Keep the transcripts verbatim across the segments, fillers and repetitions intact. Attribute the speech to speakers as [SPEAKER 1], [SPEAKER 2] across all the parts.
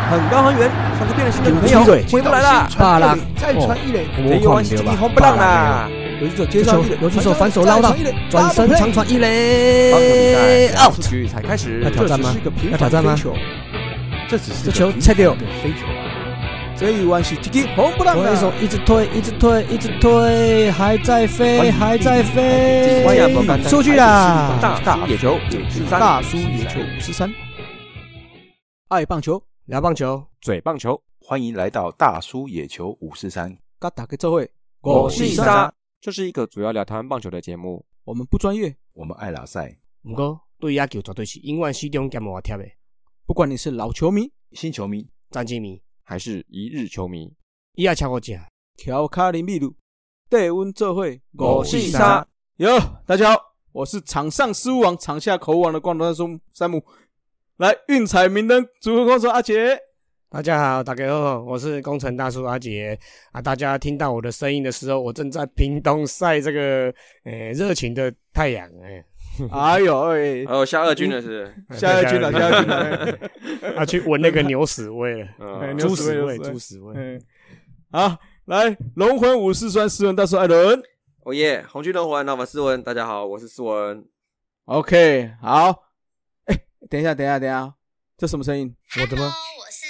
[SPEAKER 1] 很高很远，像是变了心的女朋友回不来了。
[SPEAKER 2] 巴拉
[SPEAKER 3] 再传一垒，
[SPEAKER 1] 这一弯是吉红不让啦。
[SPEAKER 3] 游击手接上一垒，
[SPEAKER 2] 游击手反手捞到，转身长传一垒。
[SPEAKER 1] 棒球比赛两出局才开始，
[SPEAKER 2] 要挑战吗？要挑战吗？
[SPEAKER 3] 这只是
[SPEAKER 2] 这球切掉。
[SPEAKER 3] 飞球啊！这一弯是吉红不让
[SPEAKER 2] 啦。手一直推，一直推，一直推，还在飞，还在飞。出去啦！
[SPEAKER 1] 大叔野球五四三，
[SPEAKER 3] 大叔野球五四三。爱棒球，
[SPEAKER 2] 聊棒球，
[SPEAKER 1] 嘴棒球，
[SPEAKER 4] 欢迎来到大叔野球五四三。
[SPEAKER 3] 跟大家做伙，
[SPEAKER 1] 我是沙。这是一个主要聊台湾棒球的节目。
[SPEAKER 3] 我们不专业，
[SPEAKER 4] 我们爱拉赛。
[SPEAKER 2] 不过对野球绝对是永远始终兼无贴的。
[SPEAKER 3] 不管你是老球迷、
[SPEAKER 4] 新球迷、
[SPEAKER 2] 战绩迷，
[SPEAKER 1] 还是一日球迷，
[SPEAKER 2] 伊也超过只
[SPEAKER 3] 调卡林秘鲁，带阮做伙。
[SPEAKER 1] 我是沙。
[SPEAKER 3] 哟，大家好，我是场上失误王、场下口误王的光头大叔山姆。来，运彩明灯主播工程阿杰。
[SPEAKER 2] 大家好，大家好，我是工程大叔阿杰啊！大家听到我的声音的时候，我正在屏东晒这个呃热情的太阳，哎，
[SPEAKER 3] 哎呦哎，
[SPEAKER 1] 哦，下二军了是？
[SPEAKER 3] 下二军了，下二军了，
[SPEAKER 2] 啊，去闻那个牛屎味了，
[SPEAKER 3] 嗯、
[SPEAKER 2] 猪屎味，猪屎味。
[SPEAKER 3] 嗯、好，来，龙魂武士酸斯文大叔艾伦。
[SPEAKER 1] 哦耶，红军龙魂，那我斯文，大家好，我是斯文。
[SPEAKER 3] OK， 好，哎，等一下，等一下，等一下，这什么声音？
[SPEAKER 2] 我的吗？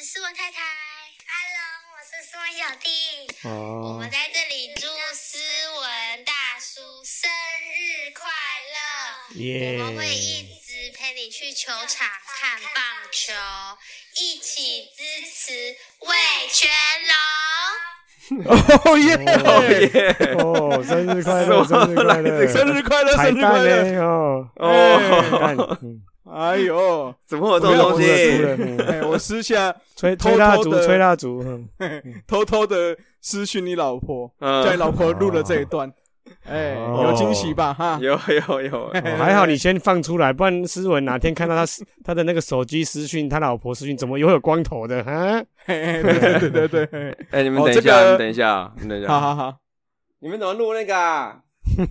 [SPEAKER 5] 哦，我们在这里祝斯文大叔生日快乐！
[SPEAKER 2] Yeah.
[SPEAKER 5] 我们会一直陪你去球场看棒球，一起支持味全龙。
[SPEAKER 3] 哦耶！
[SPEAKER 2] 哦，生日快乐，生日快乐，
[SPEAKER 3] 生日快乐，生日快乐！
[SPEAKER 2] 哦
[SPEAKER 3] 哦，哎呦，
[SPEAKER 1] 怎么会有这种东西？
[SPEAKER 3] 哎，我私下
[SPEAKER 2] 吹吹蜡烛，吹蜡烛，
[SPEAKER 3] 偷偷的私讯你老婆，叫你老婆录了这一段，哎，有惊喜吧？哈，
[SPEAKER 1] 有有有，
[SPEAKER 2] 还好你先放出来，不然思文哪天看到他他的那个手机私讯，他老婆私讯，怎么又有光头的？哈，
[SPEAKER 3] 对对对对对，
[SPEAKER 1] 哎，你们等一下，你们等一下，你们等一下，
[SPEAKER 3] 好好好，
[SPEAKER 1] 你们怎么录那个啊？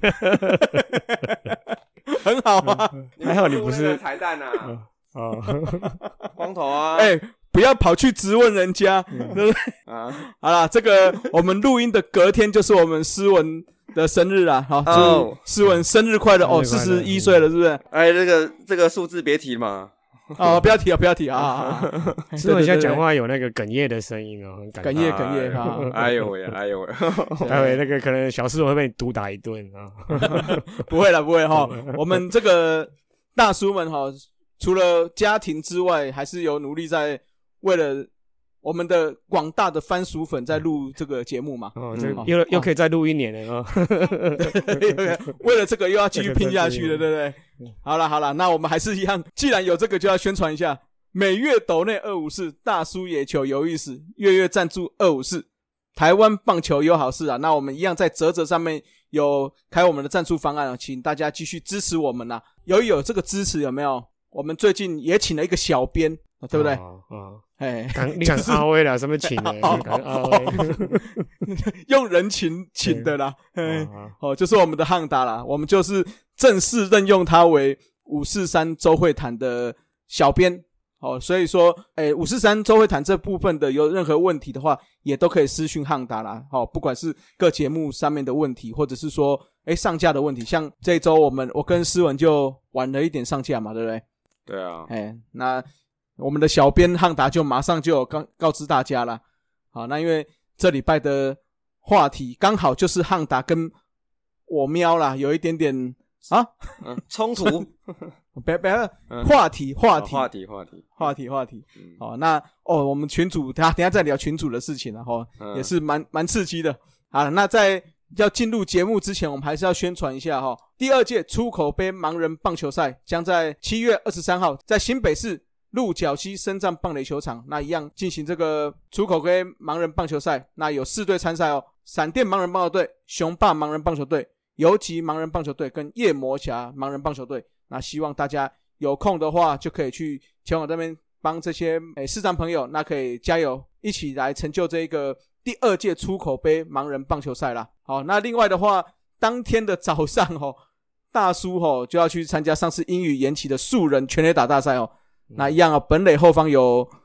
[SPEAKER 3] 很好啊，
[SPEAKER 2] 还好你不是
[SPEAKER 1] 彩蛋啊，
[SPEAKER 2] 哦，
[SPEAKER 1] 光头啊，
[SPEAKER 3] 哎、欸，不要跑去质问人家，嗯、对不对？啊，好啦，这个我们录音的隔天就是我们斯文的生日啦，好，祝斯文生日快乐哦，四十一岁了，是不是？
[SPEAKER 1] 哎，这个这个数字别提嘛。
[SPEAKER 3] 哦，不要提啊，不要提啊！
[SPEAKER 2] 斯文现在讲话有那个哽咽的声音哦，很
[SPEAKER 3] 哽咽哽咽哈！
[SPEAKER 1] 哎呦喂，哎呦喂，
[SPEAKER 2] 待会那个可能小斯文会被你毒打一顿啊！
[SPEAKER 3] 不会啦，不会哈！我们这个大叔们哈，除了家庭之外，还是有努力在为了我们的广大的番薯粉在录这个节目嘛。
[SPEAKER 2] 哦，这又又可以再录一年了啊！
[SPEAKER 3] 为了这个又要继续拼下去了，对不对？好了好了，那我们还是一样，既然有这个就要宣传一下，每月斗内二五四大叔野球有意思，月月赞助二五四，台湾棒球有好事啊！那我们一样在嘖嘖上面有开我们的赞助方案，请大家继续支持我们啊！由于有这个支持，有没有？我们最近也请了一个小编，对不对？
[SPEAKER 2] 哦哦，
[SPEAKER 3] 哎，
[SPEAKER 2] 你敢阿威啦？什么请的？阿威
[SPEAKER 3] 用人情请的啦，哦，就是我们的汉达啦，我们就是正式任用他为五四三周会谈的小编，哦，所以说，诶，五四三周会谈这部分的有任何问题的话，也都可以私讯汉达啦，哦，不管是各节目上面的问题，或者是说，诶，上架的问题，像这一周我们我跟思文就晚了一点上架嘛，对不对？
[SPEAKER 1] 对啊，
[SPEAKER 3] 诶，那我们的小编汉达就马上就有告告知大家啦。好，那因为这礼拜的话题刚好就是汉达跟我喵啦有一点点啊
[SPEAKER 1] 冲突，
[SPEAKER 3] 别别话题话题
[SPEAKER 1] 话题话题
[SPEAKER 3] 话题话题，好，那哦我们群组等一下等一下再聊群组的事情了哈，也是蛮蛮刺激的。好，那在要进入节目之前，我们还是要宣传一下哈，第二届出口杯盲人棒球赛将在七月二十三号在新北市鹿角溪深藏棒垒球场，那一样进行这个出口杯盲人棒球赛，那有四队参赛哦，闪电盲人棒球队、雄霸盲人棒球队、游击盲人棒球队跟夜魔侠盲人棒球队。那希望大家有空的话就可以去前往这边帮这些诶视障朋友，那可以加油，一起来成就这个第二届出口杯盲人棒球赛啦。好，那另外的话，当天的早上哦，大叔哦就要去参加上次英语延期的素人全垒打大赛哦。那一样啊，本垒后方有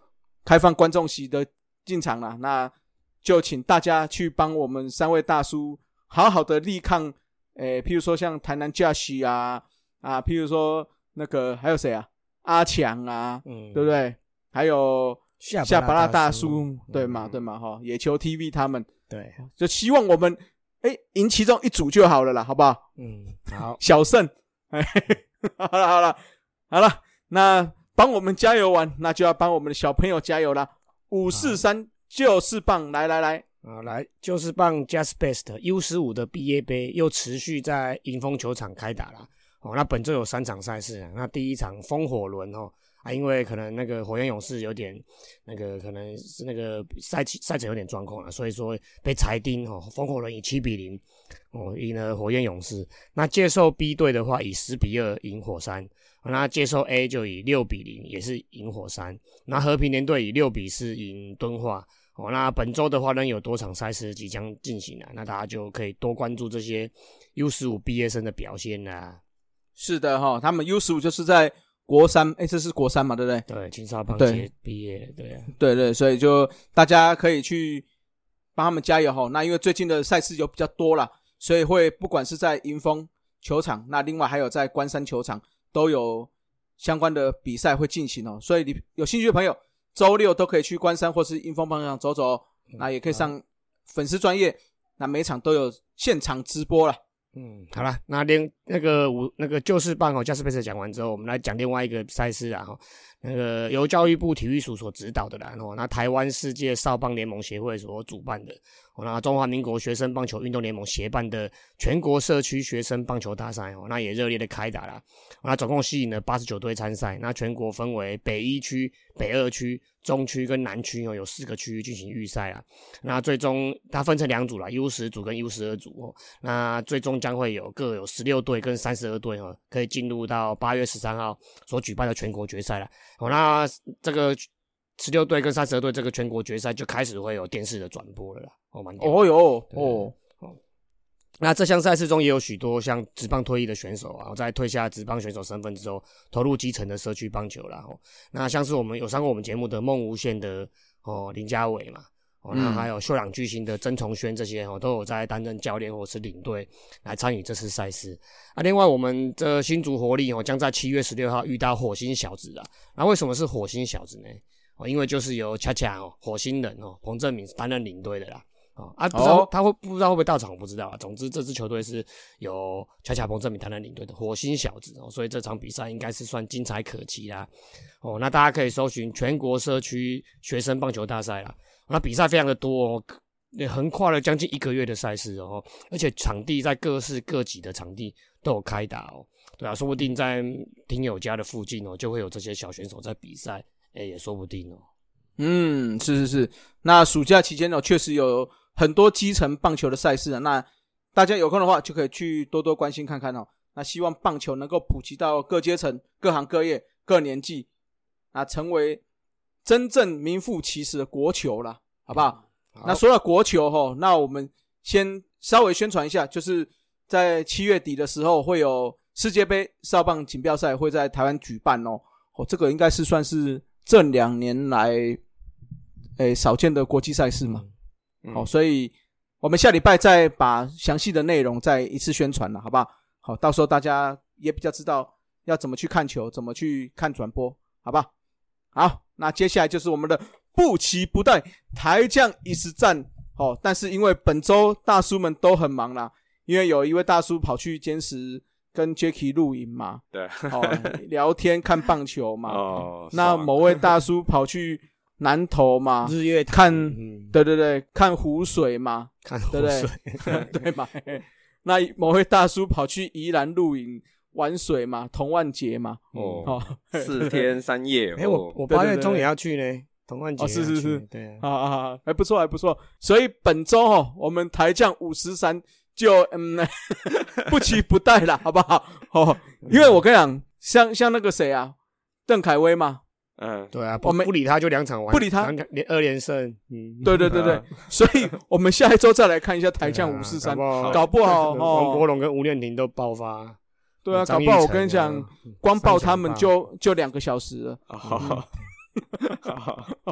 [SPEAKER 3] 开放观众席的进场啦，那就请大家去帮我们三位大叔好好的力抗，诶，譬如说像台南驾驶啊啊，譬如说那个还有谁啊，阿强啊，嗯，对不对？还有下巴拉大叔，嗯、对嘛对嘛哈，野球 T V 他们，
[SPEAKER 2] 对，
[SPEAKER 3] 就希望我们诶赢其中一组就好了啦，好不好？
[SPEAKER 2] 嗯，好，
[SPEAKER 3] 小胜，好了好了好了，那帮我们加油完，那就要帮我们的小朋友加油啦。五四三就是棒，来来来，
[SPEAKER 2] 啊，来就是棒 Just Best U 十五 的毕业杯又持续在迎风球场开打啦。哦，那本周有三场赛事啊，那第一场风火轮哦。啊，因为可能那个火焰勇士有点那个可能是那个赛赛程有点状况了，所以说被裁定哦，风火轮以七比零哦赢了火焰勇士。那接受 B 队的话以十比二赢火山，那接受 A 就以六比零也是赢火山。那和平联队以六比四赢敦化。哦，那本周的话仍有多场赛事即将进行啊，那大家就可以多关注这些 U 十五 毕业生的表现啦。
[SPEAKER 3] 是的哈、哦，他们 U 十五 就是在国三，诶，这是国三嘛，对不对？
[SPEAKER 2] 对，青少棒节毕业，对、啊，
[SPEAKER 3] 对对，所以就大家可以去帮他们加油哈。那因为最近的赛事有比较多啦，所以会不管是在迎风球场，那另外还有在关山球场都有相关的比赛会进行哦。所以你有兴趣的朋友，周六都可以去关山或是迎风棒球场走走、哦，那也可以上粉丝专页，那每场都有现场直播啦。
[SPEAKER 2] 嗯，好了，那连那个五那个就是棒哦，加斯佩斯讲完之后，我们来讲另外一个赛事啊哈，那个由教育部体育署所指导的啦，哦，那台湾世界少棒联盟协会所主办的，哦，那中华民国学生棒球运动联盟协办的全国社区学生棒球大赛哦，那也热烈的开打啦，那总共吸引了八十九队参赛，那全国分为北一区、北二区、中区跟南区哦，有四个区域进行预赛啦。那最终它分成两组啦 U 十 组跟 U 十二 组哦。那最终将会有各有十六队跟三十二队哦，可以进入到八月十三号所举办的全国决赛啦。哦，那这个十六队跟三十二队这个全国决赛就开始会有电视的转播了啦。哦，蛮
[SPEAKER 3] 哦哟哦。
[SPEAKER 2] 那这项赛事中也有许多像职棒退役的选手啊，在退下职棒选手身份之后，投入基层的社区棒球啦。哦，那像是我们有上过我们节目的梦无限的哦林家伟嘛，哦，那还有秀朗巨星的曾崇轩这些哦，都有在担任教练或是领队来参与这次赛事。啊，另外我们这新竹活力哦，将在七月十六号遇到火星小子啊。那为什么是火星小子呢？哦，因为就是由恰恰哦火星人哦彭正明担任领队的啦。哦啊，不知道、哦、他会不知道会不会到场，我不知道啊。总之，这支球队是由恰恰彭正明担任领队的火星小子哦，所以这场比赛应该是算精彩可期啦。哦，那大家可以搜寻全国社区学生棒球大赛啦。那比赛非常的多哦，也横跨了将近一个月的赛事哦，而且场地在各市各级的场地都有开打哦。对啊，说不定在听友家的附近哦，就会有这些小选手在比赛，哎，也说不定哦。
[SPEAKER 3] 嗯，是是是。那暑假期间呢，确实有很多基层棒球的赛事啊，那大家有空的话就可以去多多关心看看哦。那希望棒球能够普及到各阶层、各行各业、各年纪，啊，成为真正名副其实的国球啦，好不好？好，那说到国球齁，那我们先稍微宣传一下，就是在七月底的时候会有世界杯少棒锦标赛会在台湾举办哦。哦，这个应该是算是这两年来诶少见的国际赛事嘛。好、哦，所以我们下礼拜再把详细的内容再一次宣传了，好不好？好，到时候大家也比较知道要怎么去看球，怎么去看转播，好不好？好，那接下来就是我们的不期不待台将一时战。哦，但是因为本周大叔们都很忙啦，因为有一位大叔跑去坚持跟 Jacky 露营嘛，
[SPEAKER 1] 对，
[SPEAKER 3] 哦，聊天看棒球嘛。
[SPEAKER 1] 哦，
[SPEAKER 3] 那某位大叔跑去南投嘛，
[SPEAKER 2] 日月
[SPEAKER 3] 看、嗯，对对对，看湖水嘛，
[SPEAKER 2] 看湖水，
[SPEAKER 3] 对对对嘛。那某位大叔跑去宜兰露营玩水嘛，童万节嘛，
[SPEAKER 1] 哦，哦四天三夜。
[SPEAKER 2] 哎、欸，我我八月中也要去呢，童万节。
[SPEAKER 3] 哦，是是是，
[SPEAKER 2] 对
[SPEAKER 3] 啊啊啊，还不错还不错。所以本周哦，我们台将五十三就嗯不期不待啦，好不好？哦，因为我跟你讲，像像那个谁啊，邓凯威嘛。
[SPEAKER 2] 嗯，对啊，我们不理他就两场完，
[SPEAKER 3] 不理他
[SPEAKER 2] 连二连胜。嗯，
[SPEAKER 3] 对对对对，所以我们下一周再来看一下台将五四三，搞不好
[SPEAKER 2] 王柏龙跟吴念庭都爆发。
[SPEAKER 3] 对啊，搞不好我跟你讲，光报他们就就两个小时了。
[SPEAKER 1] 好好好，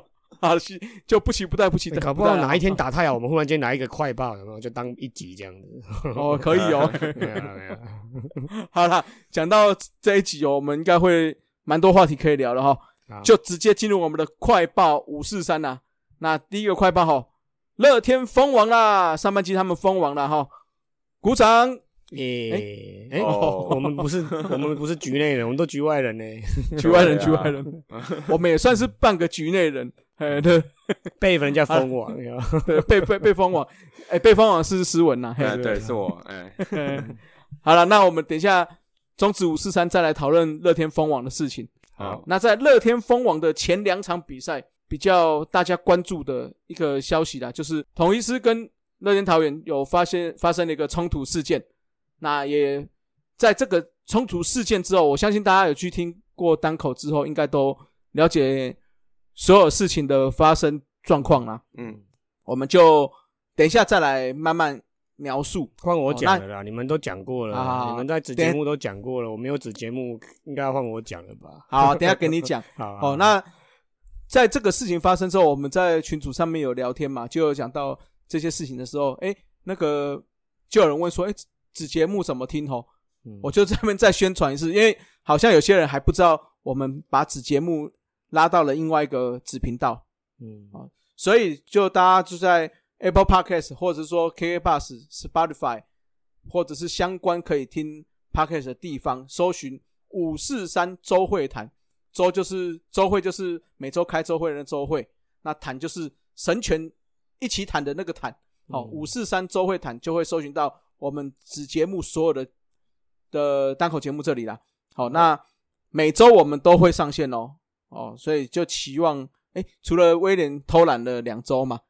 [SPEAKER 3] 啊，就不期不待，不期待。
[SPEAKER 2] 搞不好哪一天打太好，我们忽然间来一个快报，有没有？就当一集这样子。
[SPEAKER 3] 哦，可以哦。
[SPEAKER 2] 没有没有。
[SPEAKER 3] 好啦，讲到这一集哦，我们应该会蛮多话题可以聊的哈，就直接进入我们的快报五四三啦。那第一个快报哈，乐天封王啦，上半季他们封王了哈，鼓掌。
[SPEAKER 2] 耶！哎，我们不是我们不是局内人，我们都局外人呢。
[SPEAKER 3] 局外人，局外人，我们也算是半个局内人。哎，对，
[SPEAKER 2] 被人家封王，
[SPEAKER 3] 对，被被被封王。哎，被封王是诗文呐。
[SPEAKER 1] 哎，对，是我。哎，
[SPEAKER 3] 好了，那我们等一下中职五四三再来讨论乐天封王的事情。
[SPEAKER 1] 好，
[SPEAKER 3] 那在乐天封王的前两场比赛，比较大家关注的一个消息啦，就是统一狮跟乐天桃园有发现发生了一个冲突事件。那也在这个冲突事件之后，我相信大家有去听过单口之后，应该都了解所有事情的发生状况啦。
[SPEAKER 1] 嗯，
[SPEAKER 3] 我们就等一下再来慢慢描述。
[SPEAKER 2] 换我讲了啦，哦、你们都讲过了、
[SPEAKER 3] 啊，
[SPEAKER 2] 你们在子节目都讲过了，我没有子节目，应该要换我讲了吧？
[SPEAKER 3] 好，等一下给你讲。
[SPEAKER 2] 好，
[SPEAKER 3] 好，那在这个事情发生之后，我们在群组上面有聊天嘛，就有讲到这些事情的时候，哎，那个就有人问说，哎。子节目怎么听吼、嗯？我就这边再宣传一次，因为好像有些人还不知道我们把子节目拉到了另外一个子频道，
[SPEAKER 2] 嗯
[SPEAKER 3] 啊，所以就大家就在 Apple Podcast 或者说 K K Bus、Spotify 或者是相关可以听 Podcast 的地方，搜寻五四三周会谈，周就是周会就是每周开周会的周会，那谈就是神权一起谈的那个谈，好，五四三周会谈就会搜寻到。我们子节目所有的的单口节目这里啦，好，那每周我们都会上线哦，哦，所以就期望，哎，除了威廉偷懒了两周嘛，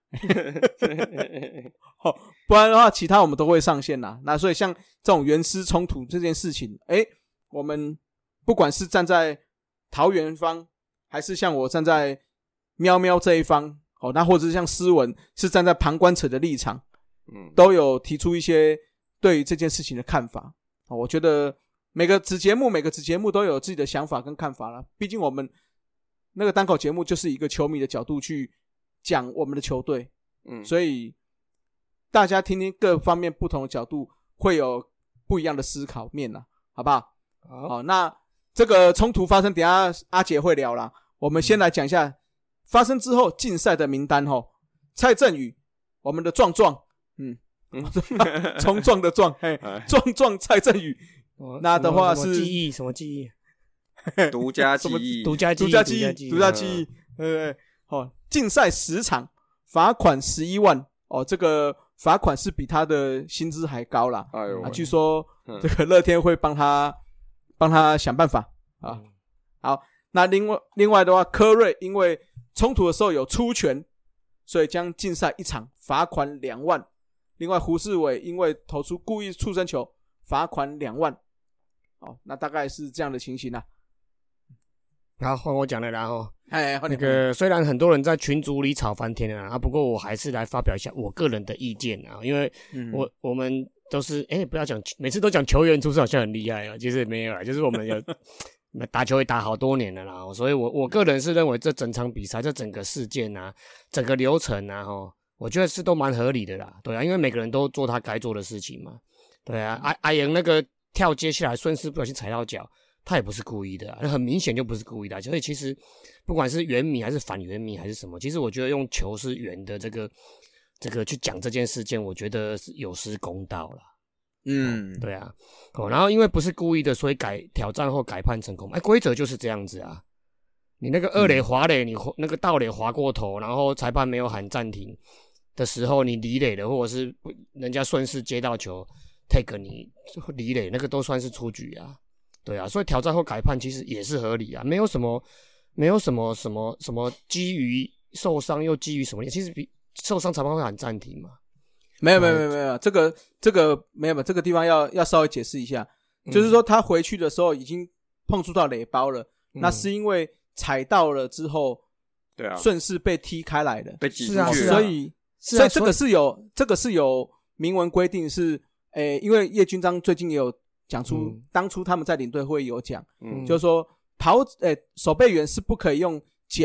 [SPEAKER 3] 好，不然的话，其他我们都会上线啦。那所以像这种原师冲突这件事情，哎，我们不管是站在桃园方，还是像我站在喵喵这一方，哦，那或者是像诗文是站在旁观者的立场，
[SPEAKER 1] 嗯，
[SPEAKER 3] 都有提出一些。对于这件事情的看法，我觉得每个子节目每个子节目都有自己的想法跟看法啦。毕竟我们那个单口节目就是一个球迷的角度去讲我们的球队，
[SPEAKER 1] 嗯，
[SPEAKER 3] 所以大家听听各方面不同的角度，会有不一样的思考面啦，好不好？
[SPEAKER 2] 好，
[SPEAKER 3] 好，那这个冲突发生，等一下阿杰会聊啦。我们先来讲一下发生之后竞赛的名单吼。蔡振宇，我们的壮壮，嗯。冲撞的撞，嘿，壮壮蔡振宇，那的话是
[SPEAKER 2] 记忆什么记忆？
[SPEAKER 1] 独家记忆，
[SPEAKER 2] 独家记忆，
[SPEAKER 3] 独家记忆，独家记忆，对不对？哦，竞赛十场，罚款十一万，哦，这个罚款是比他的薪资还高啦。
[SPEAKER 1] 哎呦，
[SPEAKER 3] 啊，据说这个乐天会帮他帮他想办法啊。好，那另外另外的话，柯瑞因为冲突的时候有出拳，所以将竞赛一场，罚款两万。另外，胡世伟因为投出故意触身球，罚款两万。哦，那大概是这样的情形啊。
[SPEAKER 2] 好，换我讲了啦齁。
[SPEAKER 3] 哎，
[SPEAKER 2] 那个虽然很多人在群组里吵翻天了啊，不过我还是来发表一下我个人的意见啊，因为我、嗯、我们都是哎，不要讲每次都讲球员出身好像很厉害啊，其实没有啦，就是我们有打球也打好多年了啦，所以我我个人是认为这整场比赛、这整个事件啊、整个流程啊，齁。我觉得是都蛮合理的啦，对啊，因为每个人都做他该做的事情嘛，对啊，阿阿言那个跳接下来顺势不小心踩到脚，他也不是故意的、啊，很明显就不是故意的、啊，所以其实不管是圆迷还是反圆迷还是什么，其实我觉得用球是圆的这个这个去讲这件事件，我觉得是有失公道啦。
[SPEAKER 3] 嗯，
[SPEAKER 2] 对啊，哦，然后因为不是故意的，所以改挑战后改判成功，哎，规则就是这样子啊。你那个二垒滑垒，你那个盗垒滑过头，然后裁判没有喊暂停的时候，你离垒的，或者是人家顺势接到球 take 你离垒，那个都算是出局啊，对啊，所以挑战后改判其实也是合理啊，没有什么没有什么什么什么基于受伤又基于什么，其实比受伤裁判会喊暂停嘛，
[SPEAKER 3] 没有没有没有没有，这个这个没有，这个地方要要稍微解释一下，嗯、就是说他回去的时候已经碰触到垒包了，嗯、那是因为踩到了之后，
[SPEAKER 1] 对啊，
[SPEAKER 3] 顺势被踢开来的，
[SPEAKER 1] 被挤出去了，
[SPEAKER 3] 所以。
[SPEAKER 2] 是啊、
[SPEAKER 3] 所以这个是有这个是有明文规定是，诶，因为叶军章最近也有讲出，嗯、当初他们在领队会有讲，嗯、就是说跑诶守备员是不可以用脚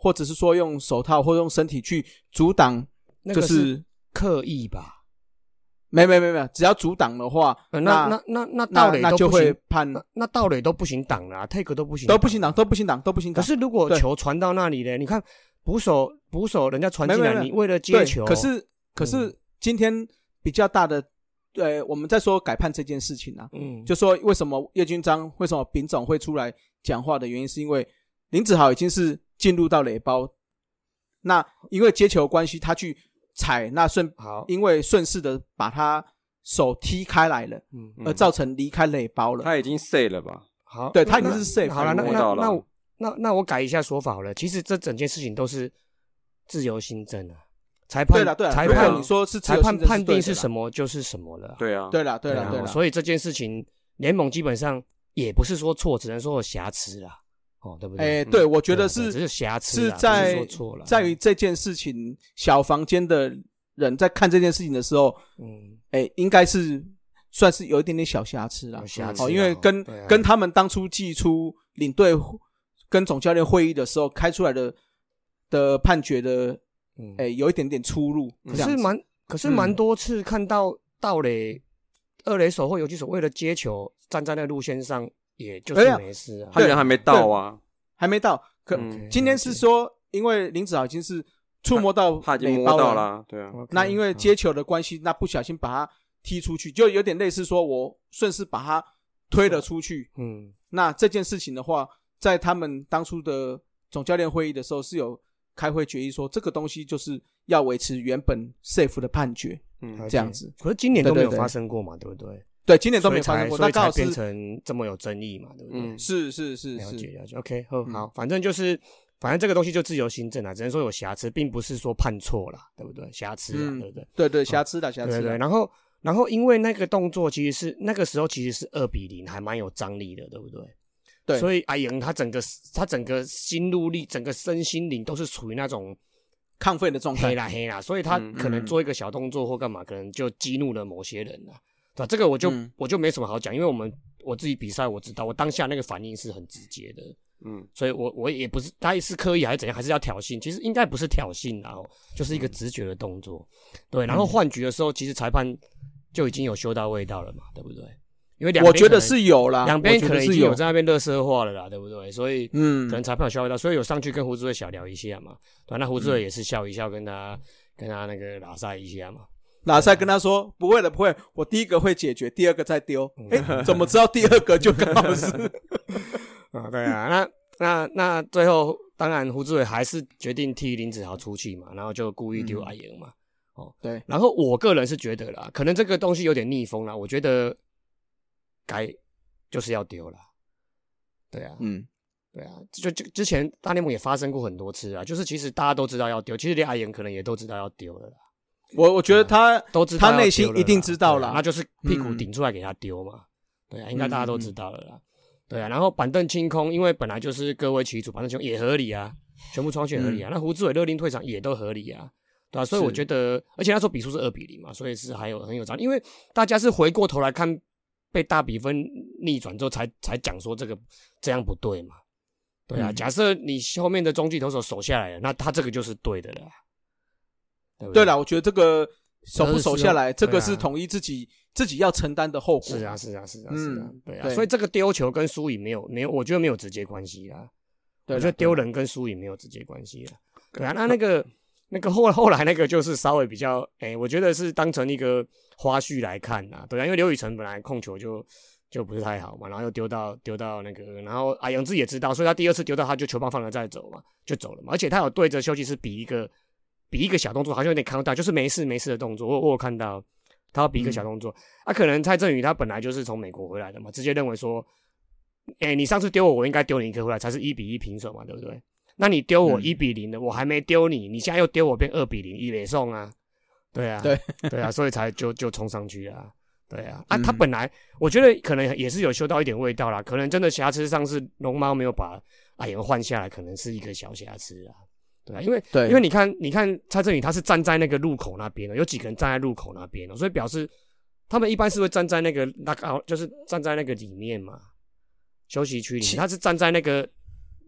[SPEAKER 3] 或者是说用手套或用身体去阻挡，
[SPEAKER 2] 那个
[SPEAKER 3] 就是
[SPEAKER 2] 是刻意吧？
[SPEAKER 3] 没没没没，只要阻挡的话，
[SPEAKER 2] 呃、
[SPEAKER 3] 那
[SPEAKER 2] 那那那那盗垒
[SPEAKER 3] 那就会
[SPEAKER 2] 都不行，
[SPEAKER 3] 判
[SPEAKER 2] 那那盗垒都不行挡啦 ，take 都不行，
[SPEAKER 3] 都不行挡，都不行挡，都不行挡。
[SPEAKER 2] 可是如果
[SPEAKER 3] 对
[SPEAKER 2] 球传到那里呢？你看捕手捕手人家传进来，
[SPEAKER 3] 没没没
[SPEAKER 2] 你为了接
[SPEAKER 3] 对
[SPEAKER 2] 球，
[SPEAKER 3] 可是可是今天比较大的，呃，我们在说改判这件事情啊，
[SPEAKER 2] 嗯，
[SPEAKER 3] 就说为什么叶君璋为什么丙总会出来讲话的原因，是因为林子豪已经是进入到垒包，那因为接球关系，他去踩，那顺
[SPEAKER 2] 好，
[SPEAKER 3] 因为顺势的把他手踢开来了，
[SPEAKER 2] 嗯，
[SPEAKER 3] 而造成离开垒包了。
[SPEAKER 1] 他已经 say 了吧？
[SPEAKER 2] 好，
[SPEAKER 3] 对他已经是
[SPEAKER 2] 那
[SPEAKER 3] safe
[SPEAKER 2] 好了，那
[SPEAKER 1] 摸到了
[SPEAKER 2] 那那我那那我改一下说法好了。其实这整件事情都是自由心证啊，裁判
[SPEAKER 3] 对了对了，
[SPEAKER 2] 裁
[SPEAKER 3] 如果
[SPEAKER 2] 判
[SPEAKER 3] 你说是自
[SPEAKER 2] 裁
[SPEAKER 3] 由心证
[SPEAKER 2] 判判定是
[SPEAKER 3] 是
[SPEAKER 2] 什么就是什么了。
[SPEAKER 1] 对啊，
[SPEAKER 3] 对了对了
[SPEAKER 2] 啊
[SPEAKER 3] 对了，
[SPEAKER 2] 所以这件事情联盟基本上也不是说错，只能说有瑕疵啦。哦，对不对？
[SPEAKER 3] 哎，对，我觉得
[SPEAKER 2] 对啊
[SPEAKER 3] 是
[SPEAKER 2] 只是瑕疵啦，不
[SPEAKER 3] 是在
[SPEAKER 2] 是说错了，
[SPEAKER 3] 在于这件事情，小房间的人在看这件事情的时候，
[SPEAKER 2] 嗯，
[SPEAKER 3] 哎，应该是算是有一点点小瑕疵啦
[SPEAKER 2] 有。瑕疵
[SPEAKER 3] 哦，
[SPEAKER 2] 啦，
[SPEAKER 3] 因为跟
[SPEAKER 2] 对啊
[SPEAKER 3] 跟他们当初寄出领队跟总教练会议的时候开出来的的判决的，
[SPEAKER 2] 嗯
[SPEAKER 3] 哎，有一点点出入。
[SPEAKER 2] 可
[SPEAKER 3] 这样子
[SPEAKER 2] 是蛮可是蛮多次看到盗垒、二垒手或游击手为了接球站在那个路线上，也就是
[SPEAKER 3] 哎呀
[SPEAKER 2] 没事啊。
[SPEAKER 1] 他人还没到啊，
[SPEAKER 3] 还没到，可
[SPEAKER 1] 嗯
[SPEAKER 3] 今天是说，因为林子豪已经是触摸到
[SPEAKER 1] 他已经摸
[SPEAKER 3] 垒包了，
[SPEAKER 1] 到啦，对啊，
[SPEAKER 2] OK，
[SPEAKER 3] 那因为接球的关系，那不小心把他踢出去，就有点类似说我顺势把他推了出去。
[SPEAKER 2] 嗯，
[SPEAKER 3] 那这件事情的话，在他们当初的总教练会议的时候是有开会决议说，这个东西就是要维持原本 safe 的判决，
[SPEAKER 1] 嗯，
[SPEAKER 3] 这样子。
[SPEAKER 2] 可是今年都没有
[SPEAKER 3] 对对对
[SPEAKER 2] 发生过嘛，对不对？
[SPEAKER 3] 对，今年都没有发生过，
[SPEAKER 2] 所以才
[SPEAKER 3] 那刚好
[SPEAKER 2] 所以才变
[SPEAKER 3] 是
[SPEAKER 2] 成这么有争议嘛，对不对？
[SPEAKER 1] 嗯
[SPEAKER 3] 是是是
[SPEAKER 2] 了解
[SPEAKER 3] 是，
[SPEAKER 2] 了解。OK，好，
[SPEAKER 3] 嗯
[SPEAKER 2] 好，反正就是反正这个东西就自由行政啊，只能说有瑕疵，并不是说判错啦，对不对？瑕疵啊，
[SPEAKER 3] 嗯
[SPEAKER 2] 对不对？
[SPEAKER 3] 对对，瑕疵的瑕
[SPEAKER 2] 对对，
[SPEAKER 3] 疵的，
[SPEAKER 2] 然后然后因为那个动作其实是那个时候其实是二比零，还蛮有张力的，对不对？
[SPEAKER 3] 对
[SPEAKER 2] 所以阿莹他整个他整个心路历，整个身心灵都是处于那种
[SPEAKER 3] 亢奋的状态。
[SPEAKER 2] 黑啦黑啦，所以他
[SPEAKER 1] 嗯
[SPEAKER 2] 可能做一个小动作或干嘛，可能就激怒了某些人啦。对吧？这个我就、
[SPEAKER 3] 嗯
[SPEAKER 2] 我就没什么好讲，因为我们我自己比赛我知道，我当下那个反应是很直接的，
[SPEAKER 1] 嗯，
[SPEAKER 2] 所以我我也不是他是刻意还是怎样，还是要挑衅，其实应该不是挑衅啦，哦，就是一个直觉的动作。对，然后换局的时候，其实裁判就已经有嗅到味道了嘛，对不对？因为两边
[SPEAKER 3] 我觉得
[SPEAKER 2] 可能
[SPEAKER 3] 是有啦，
[SPEAKER 2] 两边
[SPEAKER 3] 我觉得是有
[SPEAKER 2] 可能已经有在那边乐色化了啦，对不对？所以
[SPEAKER 3] 嗯
[SPEAKER 2] 可能裁判有笑到，所以有上去跟胡志伟小聊一下嘛，对吧？那胡志伟也是笑一笑，跟他跟他那个拉塞一下嘛。
[SPEAKER 3] 拉塞跟他说不会了不会，我第一个会解决，第二个再丢。
[SPEAKER 2] 嗯
[SPEAKER 3] 哎，怎么知道第二个就刚好是？
[SPEAKER 2] 啊，对啊，那那那最后当然胡志伟还是决定替林子豪出气嘛，然后就故意丢阿莹嘛。哦，
[SPEAKER 3] 对，
[SPEAKER 2] 然后我个人是觉得啦，可能这个东西有点逆风啦，我觉得该就是要丢啦。对啊，
[SPEAKER 3] 嗯，
[SPEAKER 2] 对啊，就就之前大联盟也发生过很多次啊，就是其实大家都知道要丢，其实连阿岩可能也都知道要丢了啦，
[SPEAKER 3] 我我觉得他
[SPEAKER 2] 都知道
[SPEAKER 3] 他内心
[SPEAKER 2] 要丢了啦
[SPEAKER 3] 一定知道啦
[SPEAKER 2] 对啊那就是屁股
[SPEAKER 3] 嗯
[SPEAKER 2] 顶出来给他丢嘛。对啊，应该大家都知道了啦。对啊，然后板凳清空，因为本来就是各为其主，板凳清空也合理啊，全部窗选合理啊。那胡志伟勒令退场也都合理啊。对啊，所以我
[SPEAKER 3] 是
[SPEAKER 2] 觉得，而且那时候比数是二比零嘛，所以是还有很有张力，因为大家是回过头来看被大比分逆转之后才才讲说这个这样不对嘛。对啊，
[SPEAKER 3] 嗯
[SPEAKER 2] 假设你后面的中继投手守下来了，那他这个就是对的了，对不
[SPEAKER 3] 对了，我觉得这个守不守下来，
[SPEAKER 2] 这个是
[SPEAKER 3] 这个是统一自己自己要承担的后果。
[SPEAKER 2] 是啊，是啊，是啊，
[SPEAKER 3] 嗯
[SPEAKER 2] 是啊，对啊，
[SPEAKER 3] 对
[SPEAKER 2] 所以这个丢球跟输赢没有没有，我觉得没有直接关系啊。
[SPEAKER 3] 对啦
[SPEAKER 2] 我觉得丢人跟输赢没有直接关系啊。对啊，那那个那个后后来那个就是稍微比较，哎，我觉得是当成一个花絮来看啊。对啊，因为刘宇辰本来控球就就不是太好嘛，然后又丢到丢到那个，然后阿杨志也知道，所以他第二次丢到他就球棒放了再走嘛，就走了嘛。而且他有对着休息室比一个比一个小动作，好像有点 count down，就是没事没事的动作。我我有看到他要比一个小动作，啊，可能蔡振宇他本来就是从美国回来的嘛，直接认为说，哎，你上次丢我，我应该丢你一颗回来，才是一比一平手嘛，对不对？那你丢我一比零的，我还没丢你，你现在又丢我变二比零，一垒送啊，对啊，
[SPEAKER 3] 对
[SPEAKER 2] 对啊，所以才就就冲上去啊，对啊，啊，他本来我觉得可能也是有嗅到一点味道啦，可能真的瑕疵上是龙猫没有把阿言换下来，可能是一个小瑕疵啊，对啊，因为
[SPEAKER 3] 对
[SPEAKER 2] 因为你看你看蔡振宇他是站在那个路口那边的，有几个人站在路口那边的，所以表示他们一般是会站在那个那个就是站在那个里面嘛，休息区里面，他是站在那个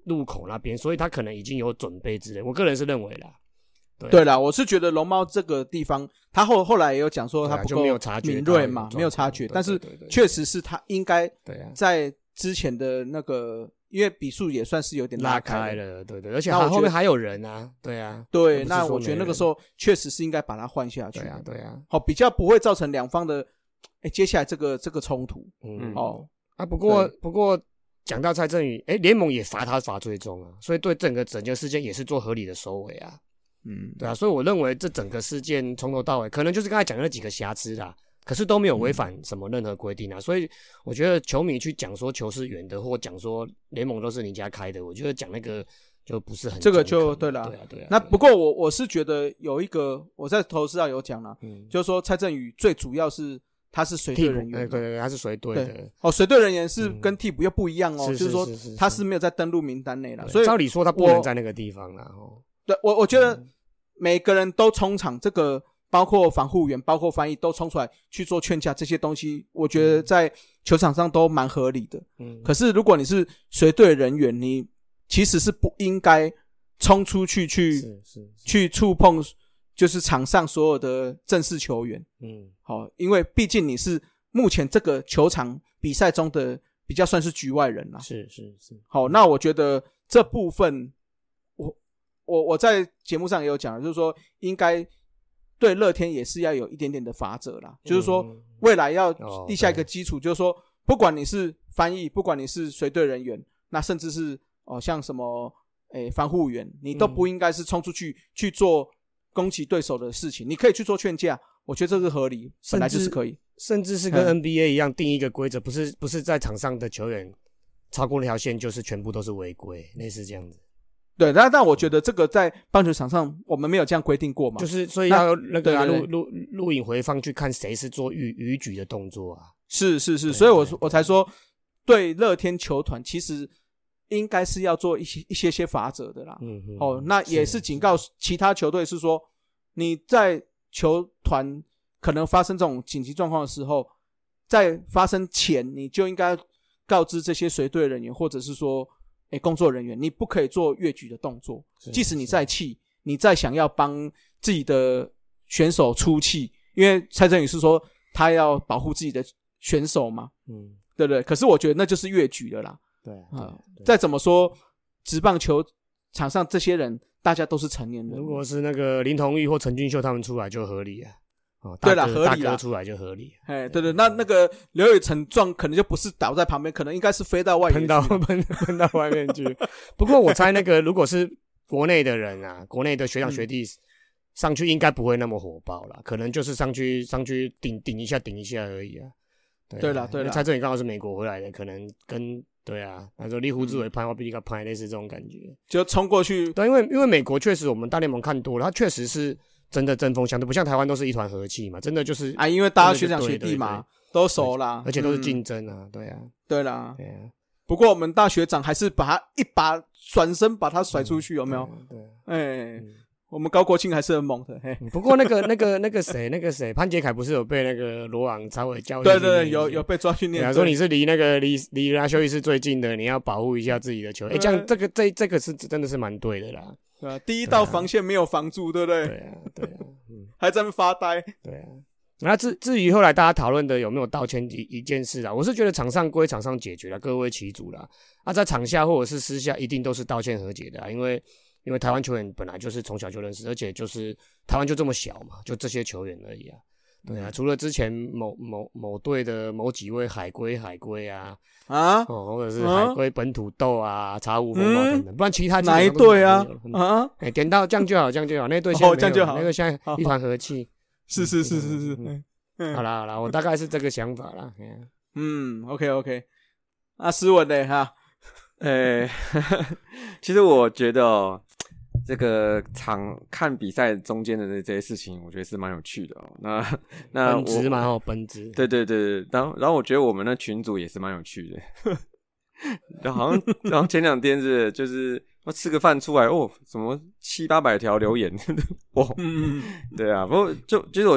[SPEAKER 2] 入口那边，所以他可能已经有准备之类，我个人是认为啦。对,
[SPEAKER 3] 对啦，我是觉得龙猫这个地方，他后后来也有讲说他不够敏锐嘛，没有察觉，但是确实是他应该在之前的那个，因为比数也算是有点拉
[SPEAKER 2] 开了，对对，而且他后面还有人啊，对啊，
[SPEAKER 3] 对，那我觉得那个时候确实是应该把它换下去，
[SPEAKER 2] 对啊，对啊，
[SPEAKER 3] 好，比较不会造成两方的，哎，接下来这个这个冲突，嗯，哦，
[SPEAKER 2] 啊，不过不过讲到蔡振宇，哎，联盟也罚他罚最终啊，所以对整个整件事件也是做合理的收尾啊。嗯，对啊，所以我认为这整个事件从头到尾，可能就是刚才讲的那几个瑕疵啦，可是都没有违反什么任何规定啊，嗯、所以我觉得球迷去讲说球是圆的，或讲说联盟都是你家开的，我觉得讲那个就不是很
[SPEAKER 3] 这个就对了，
[SPEAKER 2] 对啊，对啊。
[SPEAKER 3] 那不过我我是觉得有一个我在投资上有讲了，嗯，就是说蔡振宇最主要是他是随队人员，
[SPEAKER 2] 对对对，他是随队的。
[SPEAKER 3] 哦，随队人员是跟替补又不一样哦，嗯、就是说他是没有在登录名单内了，所以
[SPEAKER 2] 照理说他不能在那个地方啦。哦，
[SPEAKER 3] 对我我觉得。嗯每个人都冲场，这个包括防护员、包括翻译都冲出来去做劝架，这些东西我觉得在球场上都蛮合理的。嗯，可是如果你是随队人员，你其实是不应该冲出去去
[SPEAKER 2] 是是是
[SPEAKER 3] 去触碰，就是场上所有的正式球员。嗯，好，因为毕竟你是目前这个球场比赛中的比较算是局外人啦。
[SPEAKER 2] 是是是。
[SPEAKER 3] 好，那我觉得这部分。我我在节目上也有讲，就是说应该对乐天也是要有一点点的法则啦，嗯、就是说未来要立下一个基础，哦、就是说不管你是翻译，不管你是随队人员，那甚至是哦像什么诶防护员，你都不应该是冲出去、嗯、去做攻击对手的事情，你可以去做劝架，我觉得这是合理，本来就是可以，
[SPEAKER 2] 甚至是跟 N B A 一样定一个规则，不是不是在场上的球员超过那条线就是全部都是违规，类似这样子。
[SPEAKER 3] 对，但但我觉得这个在棒球场上我们没有这样规定过嘛，
[SPEAKER 2] 就是所以要那个录录录影回放去看谁是做逾逾矩的动作啊，
[SPEAKER 3] 是是是，所以我我才说对乐天球团其实应该是要做一些一些些法则的啦。嗯嗯。哦，那也是警告其他球队是说，你在球团可能发生这种紧急状况的时候，在发生前你就应该告知这些随队人员，或者是说。诶，工作人员，你不可以做越矩的动作。即使你再气，你再想要帮自己的选手出气，因为蔡振宇是说他要保护自己的选手嘛，嗯，对不对？可是我觉得那就是越矩了啦。
[SPEAKER 2] 对啊、
[SPEAKER 3] 嗯，再怎么说，职棒球场上这些人，大家都是成年人。
[SPEAKER 2] 如果是那个林同玉或陈俊秀他们出来就合理啊。哦、
[SPEAKER 3] 对啦，合理啦，
[SPEAKER 2] 大哥出来就合理。
[SPEAKER 3] 哎，对对，那那个刘宇成撞可能就不是倒在旁边，可能应该是飞到外面去，
[SPEAKER 2] 喷到喷喷到外面去。不过我猜那个如果是国内的人啊，国内的学长学弟、嗯、上去应该不会那么火爆啦，可能就是上去上去顶顶一下顶一下而已啊。对,
[SPEAKER 3] 对啦对啦，
[SPEAKER 2] 蔡振宇刚好是美国回来的，可能跟对啊，他说你胡志伟拍我比你个拍，类似这种感觉，
[SPEAKER 3] 就冲过去。
[SPEAKER 2] 对，因为因为美国确实我们大联盟看多了，他确实是。真的针锋相对，不像台湾都是一团和气嘛，真的就是
[SPEAKER 3] 啊，因为大家学长学弟嘛，都熟啦，
[SPEAKER 2] 而且都是竞争啊，嗯、对啊，
[SPEAKER 3] 对啦，对啊。不过我们大学长还是把他一把转身把他甩出去，嗯、有没有？对，哎、欸嗯，我们高国庆还是很猛的。嘿，
[SPEAKER 2] 不过那个那个那个谁，那个谁，潘杰凯不是有被那个罗昂曹伟教？
[SPEAKER 3] 对对对，有有被抓去念。
[SPEAKER 2] 他说你是离那个离离他休息室最近的，你要保护一下自己的球。哎、欸，这样这个这这个是真的是蛮对的啦。
[SPEAKER 3] 对啊，第一道防线没有防住，对不对？
[SPEAKER 2] 对啊，对啊，嗯，
[SPEAKER 3] 还在那发呆。
[SPEAKER 2] 对啊，那至至于后来大家讨论的有没有道歉一一件事啊，我是觉得场上归场上解决了，各为其主啦。啊，在场下或者是私下，一定都是道歉和解的啊，因为因为台湾球员本来就是从小就认识，而且就是台湾就这么小嘛，就这些球员而已啊。对啊，除了之前某某某队的某几位海龟海龟啊。啊，哦，或者是海龟本土豆啊、茶壶风暴等等，不然其他
[SPEAKER 3] 哪一队啊？啊，
[SPEAKER 2] 哎，点到这样就好，这样就好，那队现在
[SPEAKER 3] 这样就好，
[SPEAKER 2] 那个现在一团和气。
[SPEAKER 3] 是是是是是，
[SPEAKER 2] 好啦好啦，我大概是这个想法啦。
[SPEAKER 3] 嗯 ，OK OK， 啊，斯文嘞哈，
[SPEAKER 1] 哎，其实我觉得哦。这个场看比赛中间的这些事情，我觉得是蛮有趣的哦。那那
[SPEAKER 2] 本质嘛，哦，本质。
[SPEAKER 1] 对对对对，然后然后我觉得我们的群组也是蛮有趣的。然后好像然后前两天是就是我吃个饭出来哦，什么七八百条留言，哦，嗯，对啊。不过就其实我觉得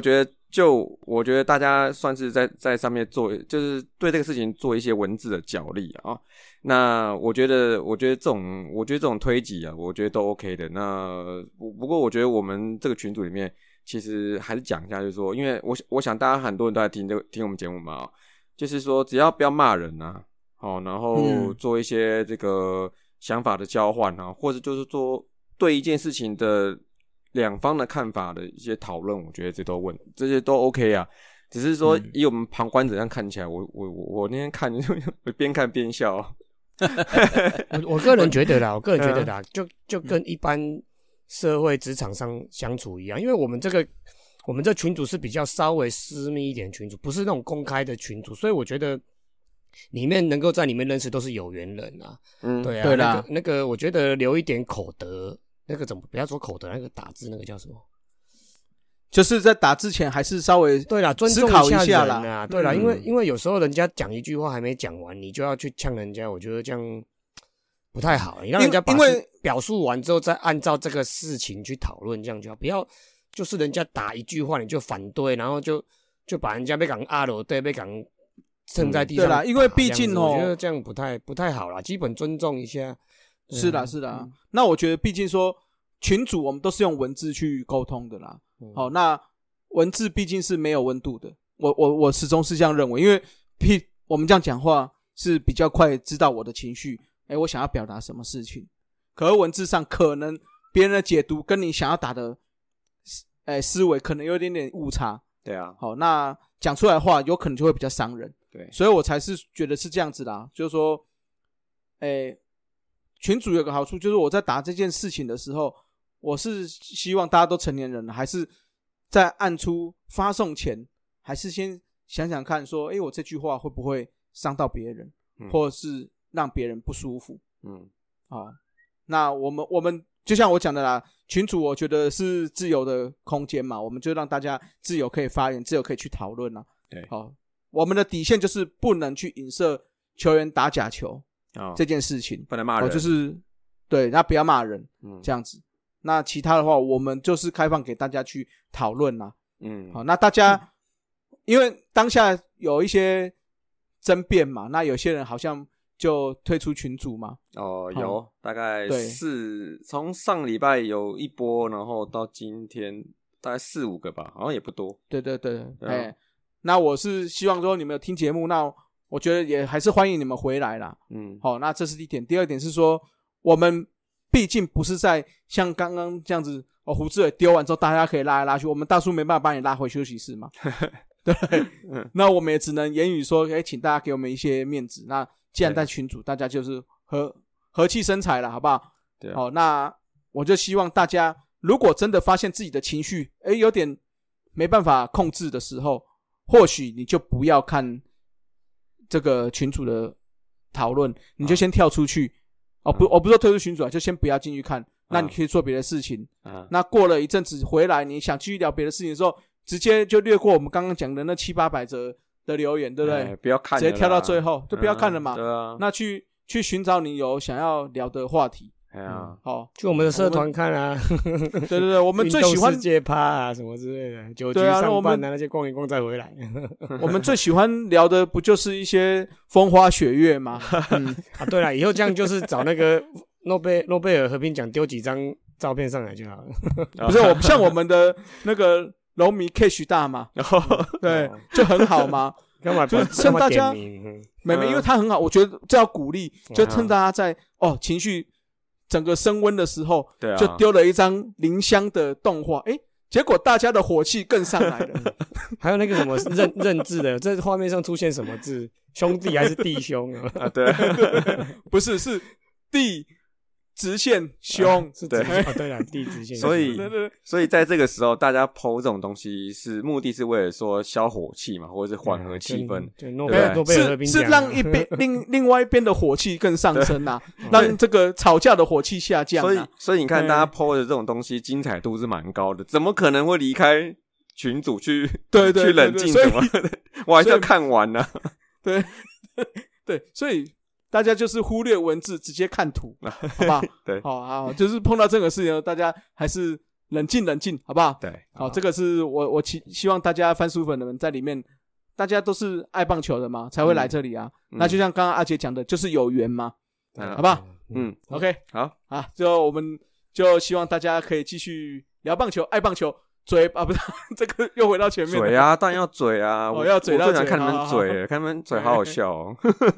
[SPEAKER 1] 就我觉得大家算是在在上面做，就是对这个事情做一些文字的角力啊。那我觉得，我觉得这种，我觉得这种推挤啊，我觉得都 OK 的。那不过我觉得我们这个群组里面，其实还是讲一下，就是说，因为我我想大家很多人都在听这听我们节目嘛，就是说只要不要骂人啊，好，然后做一些这个想法的交换啊，或者就是做对一件事情的两方的看法的一些讨论，我觉得这都问这些都 OK 啊。只是说以我们旁观者这样看起来，我我我我那天看就边看边笑。
[SPEAKER 2] 我我个人觉得啦，我个人觉得啦，就就跟一般社会职场上相处一样，因为我们这个我们这群组是比较稍微私密一点的群组，不是那种公开的群组，所以我觉得里面能够在里面认识都是有缘人啊。嗯，对啊，对啦，那个那个我觉得留一点口德，那个怎么不要说口德，那个打字那个叫什么？
[SPEAKER 3] 就是在打之前还是稍微
[SPEAKER 2] 对啦，尊重
[SPEAKER 3] 一下
[SPEAKER 2] 人啊，对啦，嗯、因为因为有时候人家讲一句话还没讲完，你就要去呛人家，我觉得这样不太好。你让人家把事表述完之后，再按照这个事情去讨论，这样就好。不要就是人家打一句话你就反对，然后就就把人家被讲阿罗对被讲蹭在地上、嗯。
[SPEAKER 3] 对啦，因为毕竟哦，
[SPEAKER 2] 我觉得这样不太不太好啦，基本尊重一下。
[SPEAKER 3] 是啦是啦、嗯，那我觉得毕竟说群组我们都是用文字去沟通的啦。好、嗯哦，那文字毕竟是没有温度的，我我我始终是这样认为，因为我们这样讲话是比较快知道我的情绪，哎，我想要表达什么事情，可是文字上可能别人的解读跟你想要打的，哎，思维可能有一点点误差。
[SPEAKER 1] 对啊，
[SPEAKER 3] 好，那讲出来的话有可能就会比较伤人。
[SPEAKER 1] 对，
[SPEAKER 3] 所以我才是觉得是这样子啦，就是说，哎，群组有个好处就是我在打这件事情的时候。我是希望大家都成年人了，还是在按出发送前，还是先想想看说，诶，我这句话会不会伤到别人、嗯、或者是让别人不舒服。嗯，好，那我们我们就像我讲的啦，群组我觉得是自由的空间嘛，我们就让大家自由可以发言，自由可以去讨论啦。
[SPEAKER 1] 对，
[SPEAKER 3] 好，我们的底线就是不能去影射球员打假球、哦、这件事情，
[SPEAKER 1] 不能骂人、
[SPEAKER 3] 哦、就是对，那不要骂人、嗯、这样子。那其他的话我们就是开放给大家去讨论啦。嗯，好，那大家、嗯、因为当下有一些争辩嘛，那有些人好像就退出群组嘛。
[SPEAKER 1] 哦，有、嗯、大概四，从上礼拜有一波，然后到今天大概四五个吧，好像也不多。
[SPEAKER 3] 对对对，哎、啊，那我是希望说你们有听节目，那我觉得也还是欢迎你们回来啦。嗯，好，那这是一点。第二点是说，我们毕竟不是在像刚刚这样子，哦，胡志伟丢完之后大家可以拉来拉去，我们大叔没办法把你拉回休息室嘛。对、嗯，那我们也只能言语说，哎，请大家给我们一些面子。那既然在群组，大家就是和和气生财了，好不好？对、啊。好、哦，那我就希望大家，如果真的发现自己的情绪，哎，有点没办法控制的时候，或许你就不要看这个群组的讨论，你就先跳出去。哦不，我不是说退出群组啊，就先不要进去看。那你可以做别的事情。啊、那过了一阵子回来，你想继续聊别的事情的时候，直接就略过我们刚刚讲的那七八百则的留言，对不对？
[SPEAKER 1] 哎、不要看，
[SPEAKER 3] 直接跳到最后，就不要看了嘛。
[SPEAKER 1] 嗯、对啊。
[SPEAKER 3] 那去去寻找你有想要聊的话题。
[SPEAKER 1] 哎呀、嗯，
[SPEAKER 3] 好，
[SPEAKER 2] 去我们的社团看啊。
[SPEAKER 3] 对对对，我们最喜欢
[SPEAKER 2] 世界趴啊什么之类的，酒局上班啊那些逛一逛再回来。
[SPEAKER 3] 我们最喜欢聊的不就是一些风花雪月吗？
[SPEAKER 2] 嗯啊，对了，以后这样就是找那个诺贝诺贝尔和平奖丢几张照片上来就好了。
[SPEAKER 3] 不是，我们像我们的那个龙迷 Cash 大嘛，对，就很好嘛。
[SPEAKER 2] 干嘛？
[SPEAKER 3] 就是趁大家没没，因为他很好，我觉得这要鼓励，就趁大家在哦情绪整个升温的时候，
[SPEAKER 1] 对啊，
[SPEAKER 3] 就丢了一张林香的动画，哎，结果大家的火气更上来了。
[SPEAKER 2] 还有那个什么认认字的，这画面上出现什么字？兄弟还是弟兄啊？
[SPEAKER 1] 啊，对，
[SPEAKER 3] 不是，是弟直线兄，
[SPEAKER 2] 啊、是对哦，对了，弟直线兄。
[SPEAKER 1] 所以，所以在这个时候，大家 po 这种东西是目的是为了说消火气嘛，或者是缓和气氛，
[SPEAKER 2] 对诺贝尔诺贝尔和平奖
[SPEAKER 3] 是是让一边另另外一边的火气更上升啊，让这个吵架的火气下降、啊。
[SPEAKER 1] 所以，所以你看，大家 po 的这种东西精彩度是蛮高的，怎么可能会离开群组去
[SPEAKER 3] 对对对对
[SPEAKER 1] 去冷静什么的？我还是要看完呢、啊。
[SPEAKER 3] 对对，所以。大家就是忽略文字，直接看图，好不好？
[SPEAKER 1] 对，
[SPEAKER 3] 好好，就是碰到这个事情，大家还是冷静冷静，好不好？
[SPEAKER 1] 对，
[SPEAKER 3] 好，这个是我我希希望大家番薯粉的们在里面，大家都是爱棒球的嘛，才会来这里啊。
[SPEAKER 1] 嗯、
[SPEAKER 3] 那就像刚刚阿杰讲的，就是有缘嘛，
[SPEAKER 1] 嗯、
[SPEAKER 3] 好不好？
[SPEAKER 1] 嗯
[SPEAKER 3] ，OK，
[SPEAKER 1] 好
[SPEAKER 3] 啊，最后我们就希望大家可以继续聊棒球，爱棒球。嘴啊，不是这个又回到前面了。
[SPEAKER 1] 嘴啊，当然要嘴啊！
[SPEAKER 3] 我、哦、要嘴到嘴，
[SPEAKER 1] 我最想看你们嘴，看你们嘴好好笑哦。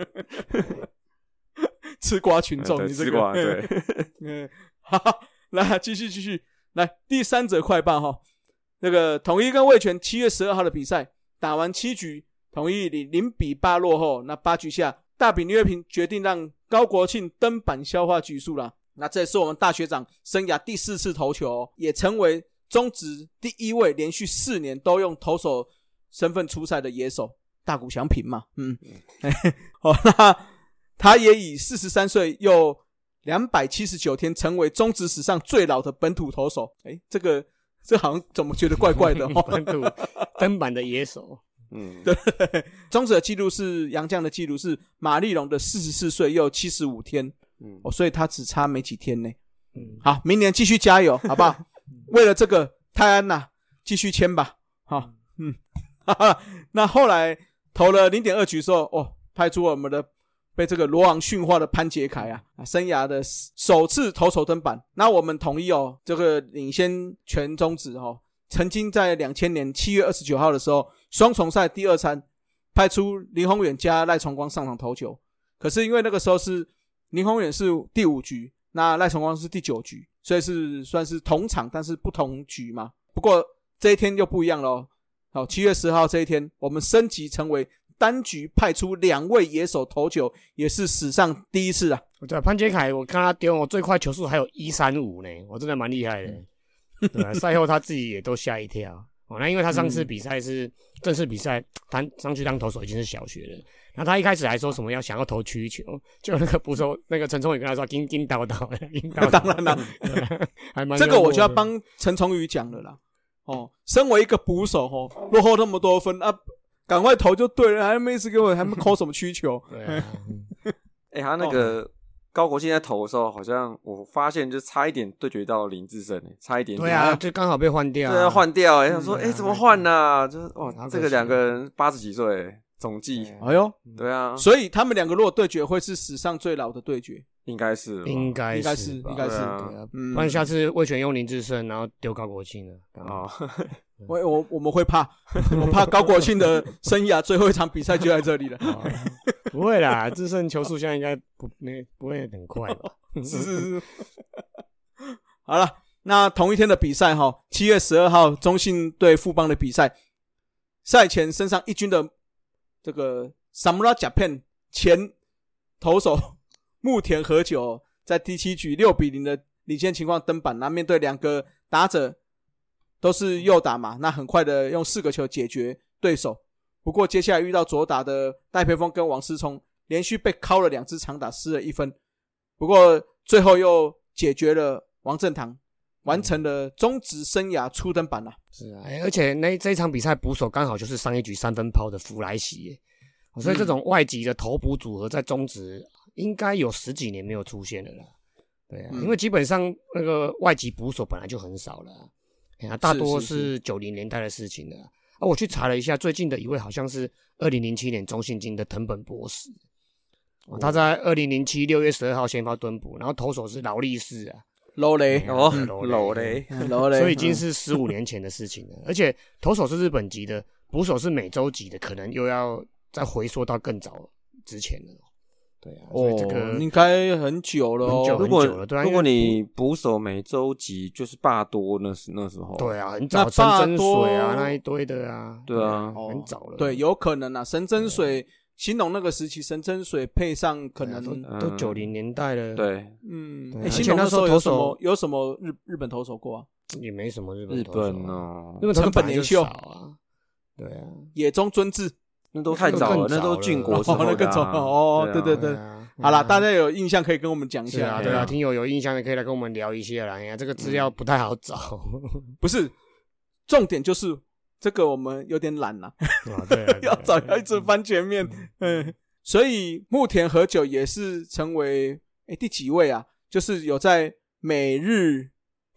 [SPEAKER 3] 吃瓜群众，你这个
[SPEAKER 1] 吃瓜对。
[SPEAKER 3] 嗯，好，来继续继续来第三则快报哈。那个统一跟味全七月十二号的比赛打完七局，统一以零比八落后。那八局下，大饼林岳平决定让高国庆登板消化局数啦。那这也是我们大学长生涯第四次投球、哦，也成为中职第一位连续四年都用投手身份出赛的野手，大谷翔平嘛，嗯，好，那他也以四十三岁又两百七十九天成为中职史上最老的本土投手。诶，这个这好像怎么觉得怪怪的哦？
[SPEAKER 2] 本土登板的野手，
[SPEAKER 3] 嗯，对，中职的记录是洋将的记录是马立龙的四十四岁又七十五天，嗯，哦，所以他只差没几天呢。嗯，好，明年继续加油，好不好？为了这个泰安呐、啊，继续签吧。好，嗯，哈哈，那后来投了 零点二 局的时候，哦，派出我们的被这个罗昂驯化的潘杰凯啊，生涯的首次投手登板。那我们统一哦，这个领先全中职哦，曾经在两千年七月二十九号的时候，双重赛第二餐派出林宏远加赖崇光上场投球，可是因为那个时候是林宏远是第五局，那赖崇光是第九局。所以是算是同场但是不同局嘛，不过这一天就不一样了哦。好，七月十号这一天我们升级成为单局派出两位野手投球，也是史上第一次啊。
[SPEAKER 2] 对啊，潘杰凯我看他丢我最快球速还有一三五呢，我真的蛮厉害的。嗯、对啊，赛后他自己也都吓一跳。哦，那因为他上次比赛是、嗯、正式比赛，他上去当投手已经是小学了。然后他一开始还说什么要想要投曲球，就那个捕手那个陈崇宇跟他说叮叮叨叨，叮叨叨
[SPEAKER 3] 当然啦，
[SPEAKER 2] 还蛮
[SPEAKER 3] 这个我就要帮陈崇宇讲了啦。哦，身为一个捕手哦，落后那么多分啊，赶快投就对了，还没一直给我还没扣什么曲球。
[SPEAKER 2] 对啊，
[SPEAKER 1] 哎、欸，他那个。哦高国庆在投的时候，好像我发现就差一点对决到林志胜，差一点点。
[SPEAKER 2] 对啊，就刚好被换掉、啊。
[SPEAKER 1] 对啊，换掉哎、欸，想、嗯、说哎、欸，怎么换呢、啊？就是哇，
[SPEAKER 2] 嗯、
[SPEAKER 1] 这个两个人八十几岁，总计。
[SPEAKER 3] 哎呦，
[SPEAKER 1] 对啊，
[SPEAKER 3] 所以他们两个如果对决，会是史上最老的对决。
[SPEAKER 1] 应该是，
[SPEAKER 2] 应该
[SPEAKER 3] 应该是，应该是。
[SPEAKER 2] 对啊，不然下次味全用林志胜，然后丢高国庆了。
[SPEAKER 1] 啊，
[SPEAKER 3] 我我我们会怕，我怕高国庆的生涯最后一场比赛就在这里了。
[SPEAKER 2] 不会啦，志胜球速现在应该不没不会很快吧？
[SPEAKER 3] 是是是。好了，那同一天的比赛哈，七月十二号中信对富邦的比赛，赛前升上一军的这个 Samura Japan 前投手木田和久，在第七局六比零的领先情况登板，那面对两个打者都是右打嘛，那很快的用四个球解决对手。不过接下来遇到左打的戴培峰跟王思聪，连续被敲了两支长打，失了一分。不过最后又解决了王正堂，完成了中职生涯初登板了。
[SPEAKER 2] 是啊，而且那这一场比赛捕手刚好就是上一局三分炮的弗莱喜耶，所以这种外籍的投捕组合在中职应该有十几年没有出现了啦。对啊，嗯、因为基本上那个外籍捕手本来就很少了、啊，大多是九零年代的事情了。啊，我去查了一下，最近的一位好像是二零零七年中信金的藤本博士，哦、他在二零零七六月十二号先发蹲捕，然后投手是劳力士啊，
[SPEAKER 3] 劳雷
[SPEAKER 1] 哦，劳雷，
[SPEAKER 3] 劳雷，
[SPEAKER 2] 所以已经是十五年前的事情了。而且投手是日本籍的，捕手是美洲籍的，可能又要再回溯到更早之前了。对啊，所以这个、
[SPEAKER 3] 哦、应该很久了哦。
[SPEAKER 2] 很久很久了，对啊。
[SPEAKER 1] 如果你捕手美洲籍就是霸多那时那时候，
[SPEAKER 2] 对啊，很早，陈真水啊那一堆的啊，
[SPEAKER 1] 对啊，
[SPEAKER 2] 哦、很早了。
[SPEAKER 3] 对，有可能啊，神真水。兴农那个时期，神真水配上可能
[SPEAKER 2] 都九零年代了。
[SPEAKER 1] 对，
[SPEAKER 3] 嗯，
[SPEAKER 2] 欸、
[SPEAKER 3] 兴农那时候有什么有什么日日本投手过啊？
[SPEAKER 2] 也没什么日本
[SPEAKER 1] 日
[SPEAKER 2] 投手、啊，
[SPEAKER 1] 本哦，
[SPEAKER 2] 日本投手
[SPEAKER 3] 本年秀
[SPEAKER 2] 啊，对啊，
[SPEAKER 3] 野中尊治
[SPEAKER 1] 那都太早了，那都郡国时候的、啊，
[SPEAKER 3] 那更早哦，对对对。好啦，大家有印象可以跟我们讲一下。
[SPEAKER 2] 啊，对啊，听友有印象的可以来跟我们聊一下啦。哎呀，这个资料不太好找，
[SPEAKER 3] 不是重点就是这个我们有点懒啦，
[SPEAKER 2] 啊对啊，
[SPEAKER 3] 要找要一直翻前面。嗯，所以木田和久也是成为诶第几位啊？就是有在美日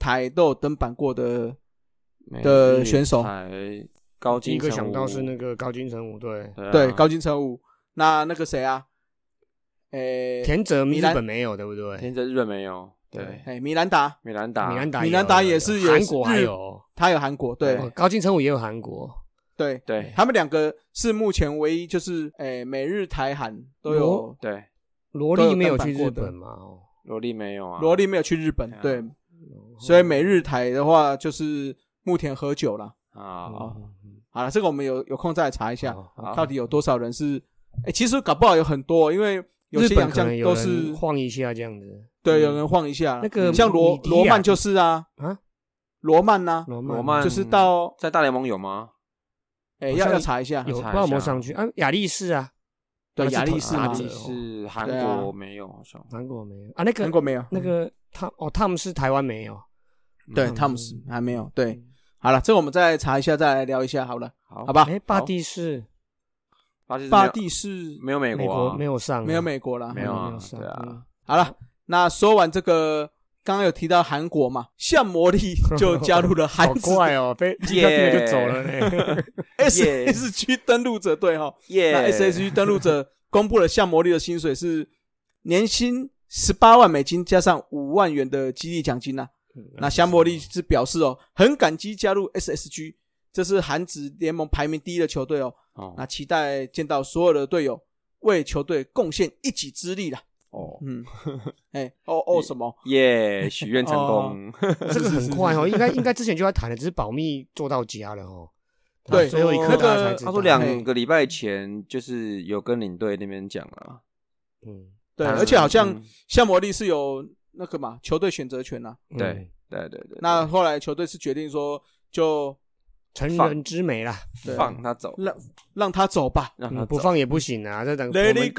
[SPEAKER 3] 台都有登板过的的选手。
[SPEAKER 1] 高金
[SPEAKER 2] 第一个想到是那个高金城武，对
[SPEAKER 1] 对、啊、
[SPEAKER 3] 对，高金城武。那那个谁啊？诶、欸，
[SPEAKER 2] 田泽日本没有，对不对？
[SPEAKER 1] 田泽日本没有，对。
[SPEAKER 3] 哎，米兰达，
[SPEAKER 1] 米兰达，
[SPEAKER 2] 米兰达，
[SPEAKER 3] 米兰达也是有
[SPEAKER 2] 韩国还有，
[SPEAKER 3] 他有韩国，对、
[SPEAKER 2] 哦，高金城武也有韩国，
[SPEAKER 3] 对
[SPEAKER 1] 对，
[SPEAKER 3] 他们两个是目前唯一就是诶、欸，美日台韩都有。
[SPEAKER 1] 对，
[SPEAKER 2] 罗莉没有去日本嘛？哦，
[SPEAKER 1] 罗莉没有啊，
[SPEAKER 3] 罗莉没有去日本，对，对所以美日台的话就是木田和久了
[SPEAKER 1] 啊。
[SPEAKER 3] 好了，这个我们有有空再来查一下，到底有多少人是？哎、欸，其实搞不好有很多，因为有些洋将都是
[SPEAKER 2] 晃一下这样子。
[SPEAKER 3] 对，有人晃一下。
[SPEAKER 2] 那个
[SPEAKER 3] 像罗罗曼就是啊，
[SPEAKER 2] 啊，
[SPEAKER 3] 罗曼呐，
[SPEAKER 1] 罗曼
[SPEAKER 3] 就是到
[SPEAKER 1] 在大联盟有吗？
[SPEAKER 3] 哎、欸，要要查一下，
[SPEAKER 2] 有不知道有没有上去啊？亚力士啊，
[SPEAKER 3] 对，亚力士
[SPEAKER 1] 亚力士韩国没有，好像
[SPEAKER 2] 韩国没有啊，那个
[SPEAKER 3] 韩国没有，
[SPEAKER 2] 那个汤哦，汤姆斯台湾没有，
[SPEAKER 3] 对，汤姆斯还没有，对。好了，这个我们再查一下，再来聊一下好了，
[SPEAKER 1] 好，
[SPEAKER 3] 好吧？
[SPEAKER 2] 哎，巴蒂士，
[SPEAKER 1] 巴蒂
[SPEAKER 3] 巴蒂士
[SPEAKER 1] 没有美国、啊，
[SPEAKER 2] 美国没有上、啊，
[SPEAKER 3] 没有美国啦，
[SPEAKER 1] 没有啊，
[SPEAKER 2] 没有上
[SPEAKER 1] 对啊。
[SPEAKER 2] 嗯、
[SPEAKER 3] 好了，那说完这个，刚刚有提到韩国嘛，向魔力就加入了韩
[SPEAKER 2] 子，好怪哦，被踢掉地就走了呢。
[SPEAKER 3] S S G 登陆者队哈，那 S S G 登陆者公布了向魔力的薪水是年薪十八万美金加上五万元的激励奖金呐、啊。那香魔力是表示哦，很感激加入 S S G， 这是韩职联盟排名第一的球队哦。哦，那期待见到所有的队友为球队贡献一己之力啦。
[SPEAKER 1] 哦，
[SPEAKER 3] 嗯，哎、欸，哦哦什么？
[SPEAKER 1] 耶，许愿成功，
[SPEAKER 2] 哦、这个很快哦，应该应该之前就要谈的，只是保密做到家了哦。
[SPEAKER 3] 对，
[SPEAKER 2] 最后一刻大家才知道。
[SPEAKER 1] 他说两个礼拜前就是有跟领队那边讲了。
[SPEAKER 3] 嗯，对，而且好像香魔力是有。那个嘛，球队选择权啊，
[SPEAKER 1] 对、嗯、对对对。
[SPEAKER 3] 那后来球队是决定说，就
[SPEAKER 2] 成人之美啦，
[SPEAKER 1] 放他走，
[SPEAKER 3] 让让他走吧，
[SPEAKER 1] 让他走、
[SPEAKER 2] 嗯、不放也不行啊，这等
[SPEAKER 3] Let it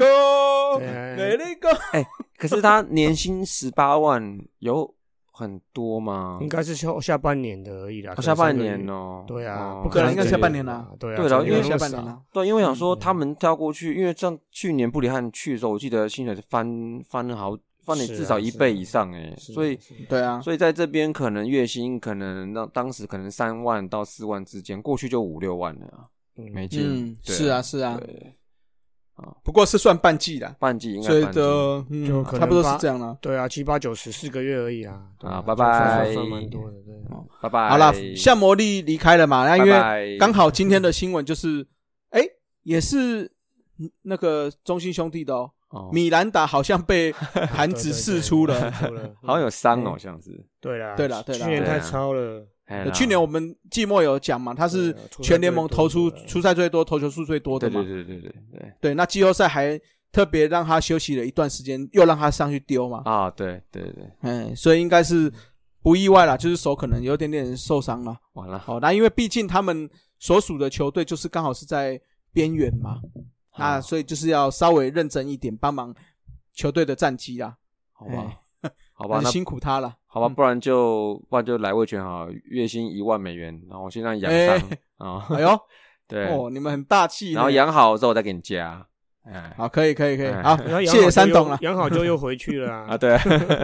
[SPEAKER 3] go，Let it go。
[SPEAKER 1] 哎、欸，可是他年薪十八万有很多吗？
[SPEAKER 2] 应该是下下半年的而已啦，
[SPEAKER 1] 哦、下半年哦。
[SPEAKER 2] 对啊，
[SPEAKER 3] 哦、不可能，应该下半年啦。
[SPEAKER 2] 对啊，
[SPEAKER 1] 对了，因为
[SPEAKER 3] 下半年啦。
[SPEAKER 1] 对，因为我想说他们跳过去，嗯、因为像去年布里汉去的时候，我记得薪水是翻翻了好。翻了至少一倍以上哎、欸啊，所以
[SPEAKER 3] 对啊，
[SPEAKER 1] 所以在这边可能月薪可能让当时可能三万到四万之间，过去就五六万了啊，美金。
[SPEAKER 3] 嗯，是啊是啊，
[SPEAKER 1] 对
[SPEAKER 3] 啊，不过是算半季啦，
[SPEAKER 1] 半季应该
[SPEAKER 3] 所以的嗯，
[SPEAKER 2] 就可能
[SPEAKER 3] 差不多是这样啦。
[SPEAKER 2] 对啊，七八九十四个月而已啊。
[SPEAKER 1] 啊，拜拜，
[SPEAKER 2] 算蛮多的，对，
[SPEAKER 1] 拜拜。
[SPEAKER 3] 好了，向魔力离开了嘛，那因为刚好今天的新闻就是，哎，也是那个中信兄弟的哦。哦、米兰达好像被韩职释出了，
[SPEAKER 1] 好像有伤哦，像是。
[SPEAKER 2] 对啦，
[SPEAKER 3] 对啦，对啦，
[SPEAKER 2] 去年太超了。
[SPEAKER 3] 去年我们季末有讲嘛，他是全联盟投出出赛最多、投球数最多的嘛。
[SPEAKER 1] 对对对对对
[SPEAKER 3] 对。那季后赛还特别让他休息了一段时间，又让他上去丢嘛。
[SPEAKER 1] 啊，对对对。
[SPEAKER 3] 嗯，所以应该是不意外啦，就是手可能有点点受伤了。
[SPEAKER 1] 完了。
[SPEAKER 3] 好，那因为毕竟他们所属的球队就是刚好是在边缘嘛。那所以就是要稍微认真一点，帮忙球队的战绩啦，
[SPEAKER 1] 好吧，好吧，
[SPEAKER 3] 那辛苦他了，
[SPEAKER 1] 好吧，不然就不然就来味全好，月薪一万美元，然后先让养伤啊，
[SPEAKER 3] 哎呦，
[SPEAKER 1] 对，
[SPEAKER 3] 哦，你们很大气，
[SPEAKER 1] 然后养好之后再给你加，
[SPEAKER 3] 哎，好，可以，可以，可以，好，谢谢三董了，
[SPEAKER 2] 养好就又回去了
[SPEAKER 1] 啊，对，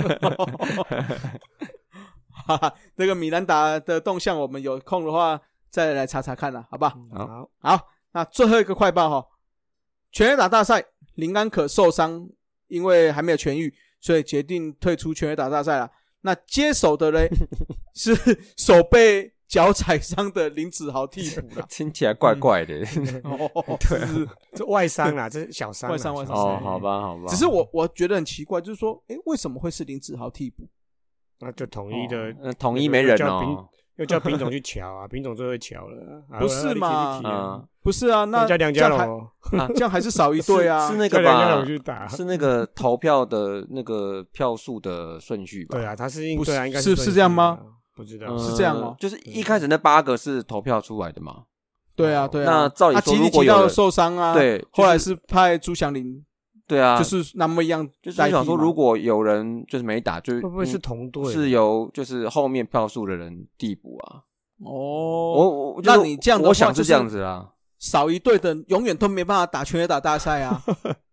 [SPEAKER 3] 哈哈，这个米兰达的动向，我们有空的话再来查查看啦，好不好？
[SPEAKER 2] 好，
[SPEAKER 3] 好，那最后一个快报哈。全垒打大赛，林安可受伤，因为还没有痊愈，所以决定退出全垒打大赛了。那接手的嘞是手被脚踩伤的林子豪替补了，
[SPEAKER 1] 听起来怪怪的。
[SPEAKER 3] 嗯、哦，
[SPEAKER 2] 对，这外伤啦，这是小伤，
[SPEAKER 3] 外伤外伤。
[SPEAKER 1] 哦，好吧，好吧。
[SPEAKER 3] 只是我我觉得很奇怪，就是说，哎，为什么会是林子豪替补？
[SPEAKER 2] 那就统一的，
[SPEAKER 1] 哦、统一没人哦。
[SPEAKER 2] 又叫丙总去瞧啊，丙总最会瞧了，
[SPEAKER 3] 不是嘛？
[SPEAKER 1] 啊，
[SPEAKER 3] 不是啊，那
[SPEAKER 2] 叫梁家龙，
[SPEAKER 3] 这样还是少一队啊？
[SPEAKER 1] 是那个吧？
[SPEAKER 2] 去打，
[SPEAKER 1] 是那个投票的那个票数的顺序吧？
[SPEAKER 2] 对啊，他是
[SPEAKER 3] 不
[SPEAKER 2] 对啊，应该
[SPEAKER 3] 是是这样吗？
[SPEAKER 2] 不知道
[SPEAKER 3] 是这样哦，
[SPEAKER 1] 就是一开始那八个是投票出来的嘛？
[SPEAKER 3] 对啊，对啊。
[SPEAKER 1] 那照理说，如果
[SPEAKER 3] 有受伤啊，
[SPEAKER 1] 对，
[SPEAKER 3] 后来是派朱祥林。
[SPEAKER 1] 对啊，
[SPEAKER 3] 就是那么一样，
[SPEAKER 1] 就是想说，如果有人就是没打，就
[SPEAKER 2] 会不会是同队？
[SPEAKER 1] 是由就是后面票数的人递补啊？
[SPEAKER 3] 哦，
[SPEAKER 1] 我我
[SPEAKER 3] 那你这样的话，
[SPEAKER 1] 我想是这样子啊，
[SPEAKER 3] 少一队的永远都没办法打全垒打大赛啊。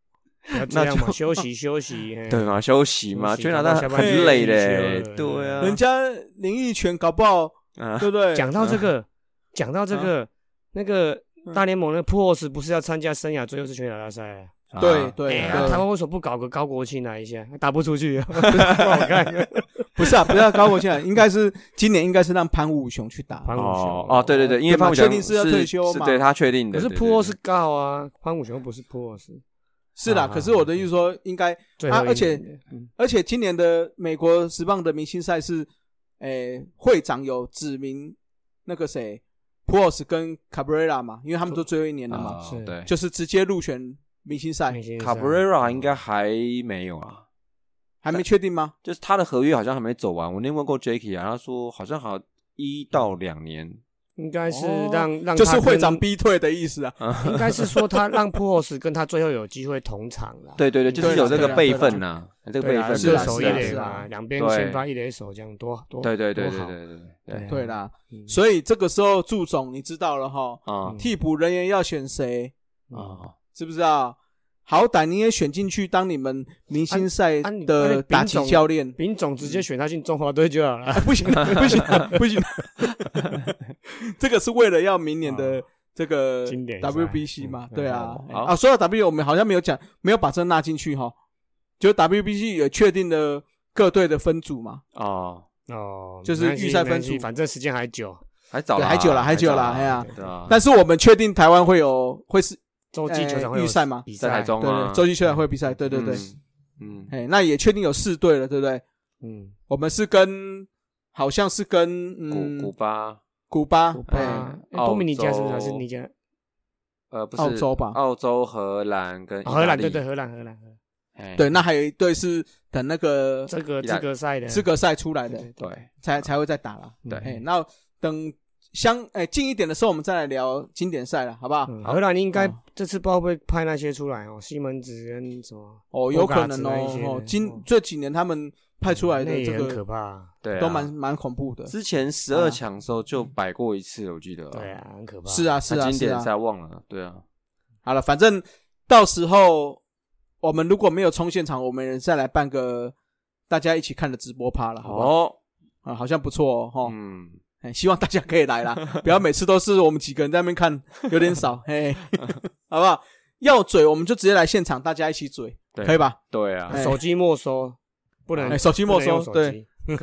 [SPEAKER 2] 不要这样嘛，休息休息，
[SPEAKER 1] 对嘛，休息嘛，
[SPEAKER 2] 休息
[SPEAKER 1] 全打打
[SPEAKER 2] 搞不好下班
[SPEAKER 1] 很累
[SPEAKER 2] 就
[SPEAKER 1] 嘞，
[SPEAKER 2] 休了
[SPEAKER 1] 对啊，
[SPEAKER 3] 人家林奕泉搞不好，
[SPEAKER 1] 啊
[SPEAKER 3] 对不对？
[SPEAKER 2] 讲到这个，讲到这个，那个大联盟的 Pujols 不是要参加生涯最后次全垒打大赛？
[SPEAKER 3] 对对
[SPEAKER 2] 哎呀，
[SPEAKER 3] 对
[SPEAKER 2] 台湾为什么不搞个高国庆来一下？打不出去，不好看。
[SPEAKER 3] 不是啊，不要高国庆，应该是今年应该是让潘武雄去打。
[SPEAKER 2] 潘武雄
[SPEAKER 1] 哦哦，对对对，因为潘武雄
[SPEAKER 3] 确定是要退休嘛
[SPEAKER 1] 是对他确定的。
[SPEAKER 2] 可是 Pujols 告啊，潘武雄不是 Pujols。
[SPEAKER 3] 是啦，
[SPEAKER 2] 啊
[SPEAKER 3] 可是我的意思说，应该啊，而且而且今年的美国职棒的明星赛是，诶，会长有指明那个谁 Pujols 跟 Cabrera 嘛，因为他们都最后一年了嘛，
[SPEAKER 1] 哦对，
[SPEAKER 3] 就是直接入选明星赛。
[SPEAKER 1] Cabrera 应该还没有啊，
[SPEAKER 3] 还没确定吗？
[SPEAKER 1] 就是他的合约好像还没走完。我那天问过 Jacky 啊，他说好像好一到两年，
[SPEAKER 2] 应该是让、哦、让
[SPEAKER 3] 就是会长逼退的意思啊。
[SPEAKER 2] 应该是说他让 Pujols 跟他最后有机会同场啦。
[SPEAKER 1] 对对对，就是有这个辈分呐，这个辈分
[SPEAKER 2] 是手一垒嘛，两边先发一垒手这样多多。
[SPEAKER 1] 对对对对对对
[SPEAKER 3] 对啦，所以这个时候祝总你知道了哈，
[SPEAKER 1] 啊，
[SPEAKER 3] 替补人员要选谁
[SPEAKER 1] 啊？
[SPEAKER 3] 是不是啊？好歹你也选进去当你们明星赛的打击教练，
[SPEAKER 2] 丙总直接选他进中华队就好了。
[SPEAKER 3] 不行不行不行，这个是为了要明年的这个 W B C 嘛？对啊，啊，说到 W 我们好像没有讲，没有把这纳进去哈。就 W B C 也确定了各队的分组嘛？
[SPEAKER 1] 哦
[SPEAKER 2] 哦，
[SPEAKER 3] 就是预赛分组，
[SPEAKER 2] 反正时间还久，
[SPEAKER 1] 还早，
[SPEAKER 3] 还久了，还久了，哎呀，
[SPEAKER 1] 啊。
[SPEAKER 3] 但是我们确定台湾会有会是。
[SPEAKER 2] 洲际球场会有
[SPEAKER 3] 预赛吗？
[SPEAKER 2] 比赛
[SPEAKER 1] 在台中啊，
[SPEAKER 3] 洲际球场会有比赛，对对对，
[SPEAKER 1] 嗯，
[SPEAKER 3] 哎，那也确定有四队了，对不对？
[SPEAKER 2] 嗯，
[SPEAKER 3] 我们是跟，好像是跟嗯
[SPEAKER 1] 古古巴，
[SPEAKER 3] 古巴，
[SPEAKER 2] 古巴，多米尼加是不是还是尼加？
[SPEAKER 1] 呃，不是
[SPEAKER 3] 澳洲吧？
[SPEAKER 1] 澳洲、荷兰跟
[SPEAKER 2] 荷兰，对对，荷兰荷兰，
[SPEAKER 3] 对，那还有一队是等那个
[SPEAKER 2] 这个资格赛的
[SPEAKER 3] 资格赛出来的，
[SPEAKER 1] 对，
[SPEAKER 3] 才才会再打了，
[SPEAKER 1] 对，
[SPEAKER 3] 哎，那等。相哎近一点的时候，我们再来聊经典赛了，好不好？
[SPEAKER 2] 嗯、荷兰应该这次不知道会派那些出来哦，西门子跟什么
[SPEAKER 3] 哦，有可能哦。哦，今这几年他们派出来的这个
[SPEAKER 2] 很可怕，
[SPEAKER 1] 对，
[SPEAKER 3] 都蛮蛮恐怖的。
[SPEAKER 1] 之前十二强的时候就摆过一次，我记得。
[SPEAKER 2] 对啊，很可怕。
[SPEAKER 3] 是啊，是啊，
[SPEAKER 1] 经典赛忘了，对啊。
[SPEAKER 3] 好了，反正到时候我们如果没有冲现场，我们再来办个大家一起看的直播趴了，好不好？
[SPEAKER 1] 哦，
[SPEAKER 3] 啊，好像不错哦，哈。
[SPEAKER 1] 嗯。
[SPEAKER 3] 哎，希望大家可以来啦，不要每次都是我们几个人在那边看，有点少，嘿，好不好？要嘴我们就直接来现场，大家一起嘴，可以吧？
[SPEAKER 1] 对啊，
[SPEAKER 2] 手机没收，不能，
[SPEAKER 3] 手机没收，对。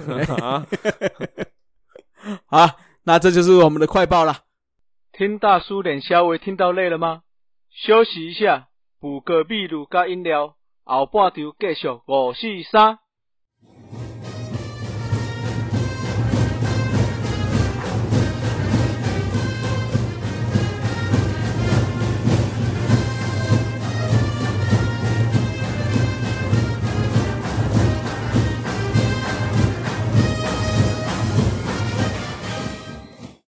[SPEAKER 1] 好，
[SPEAKER 3] 那这就是我们的快报啦。听大叔脸稍微听到累了吗？休息一下，补个秘鲁加饮料，后半场继续五四三。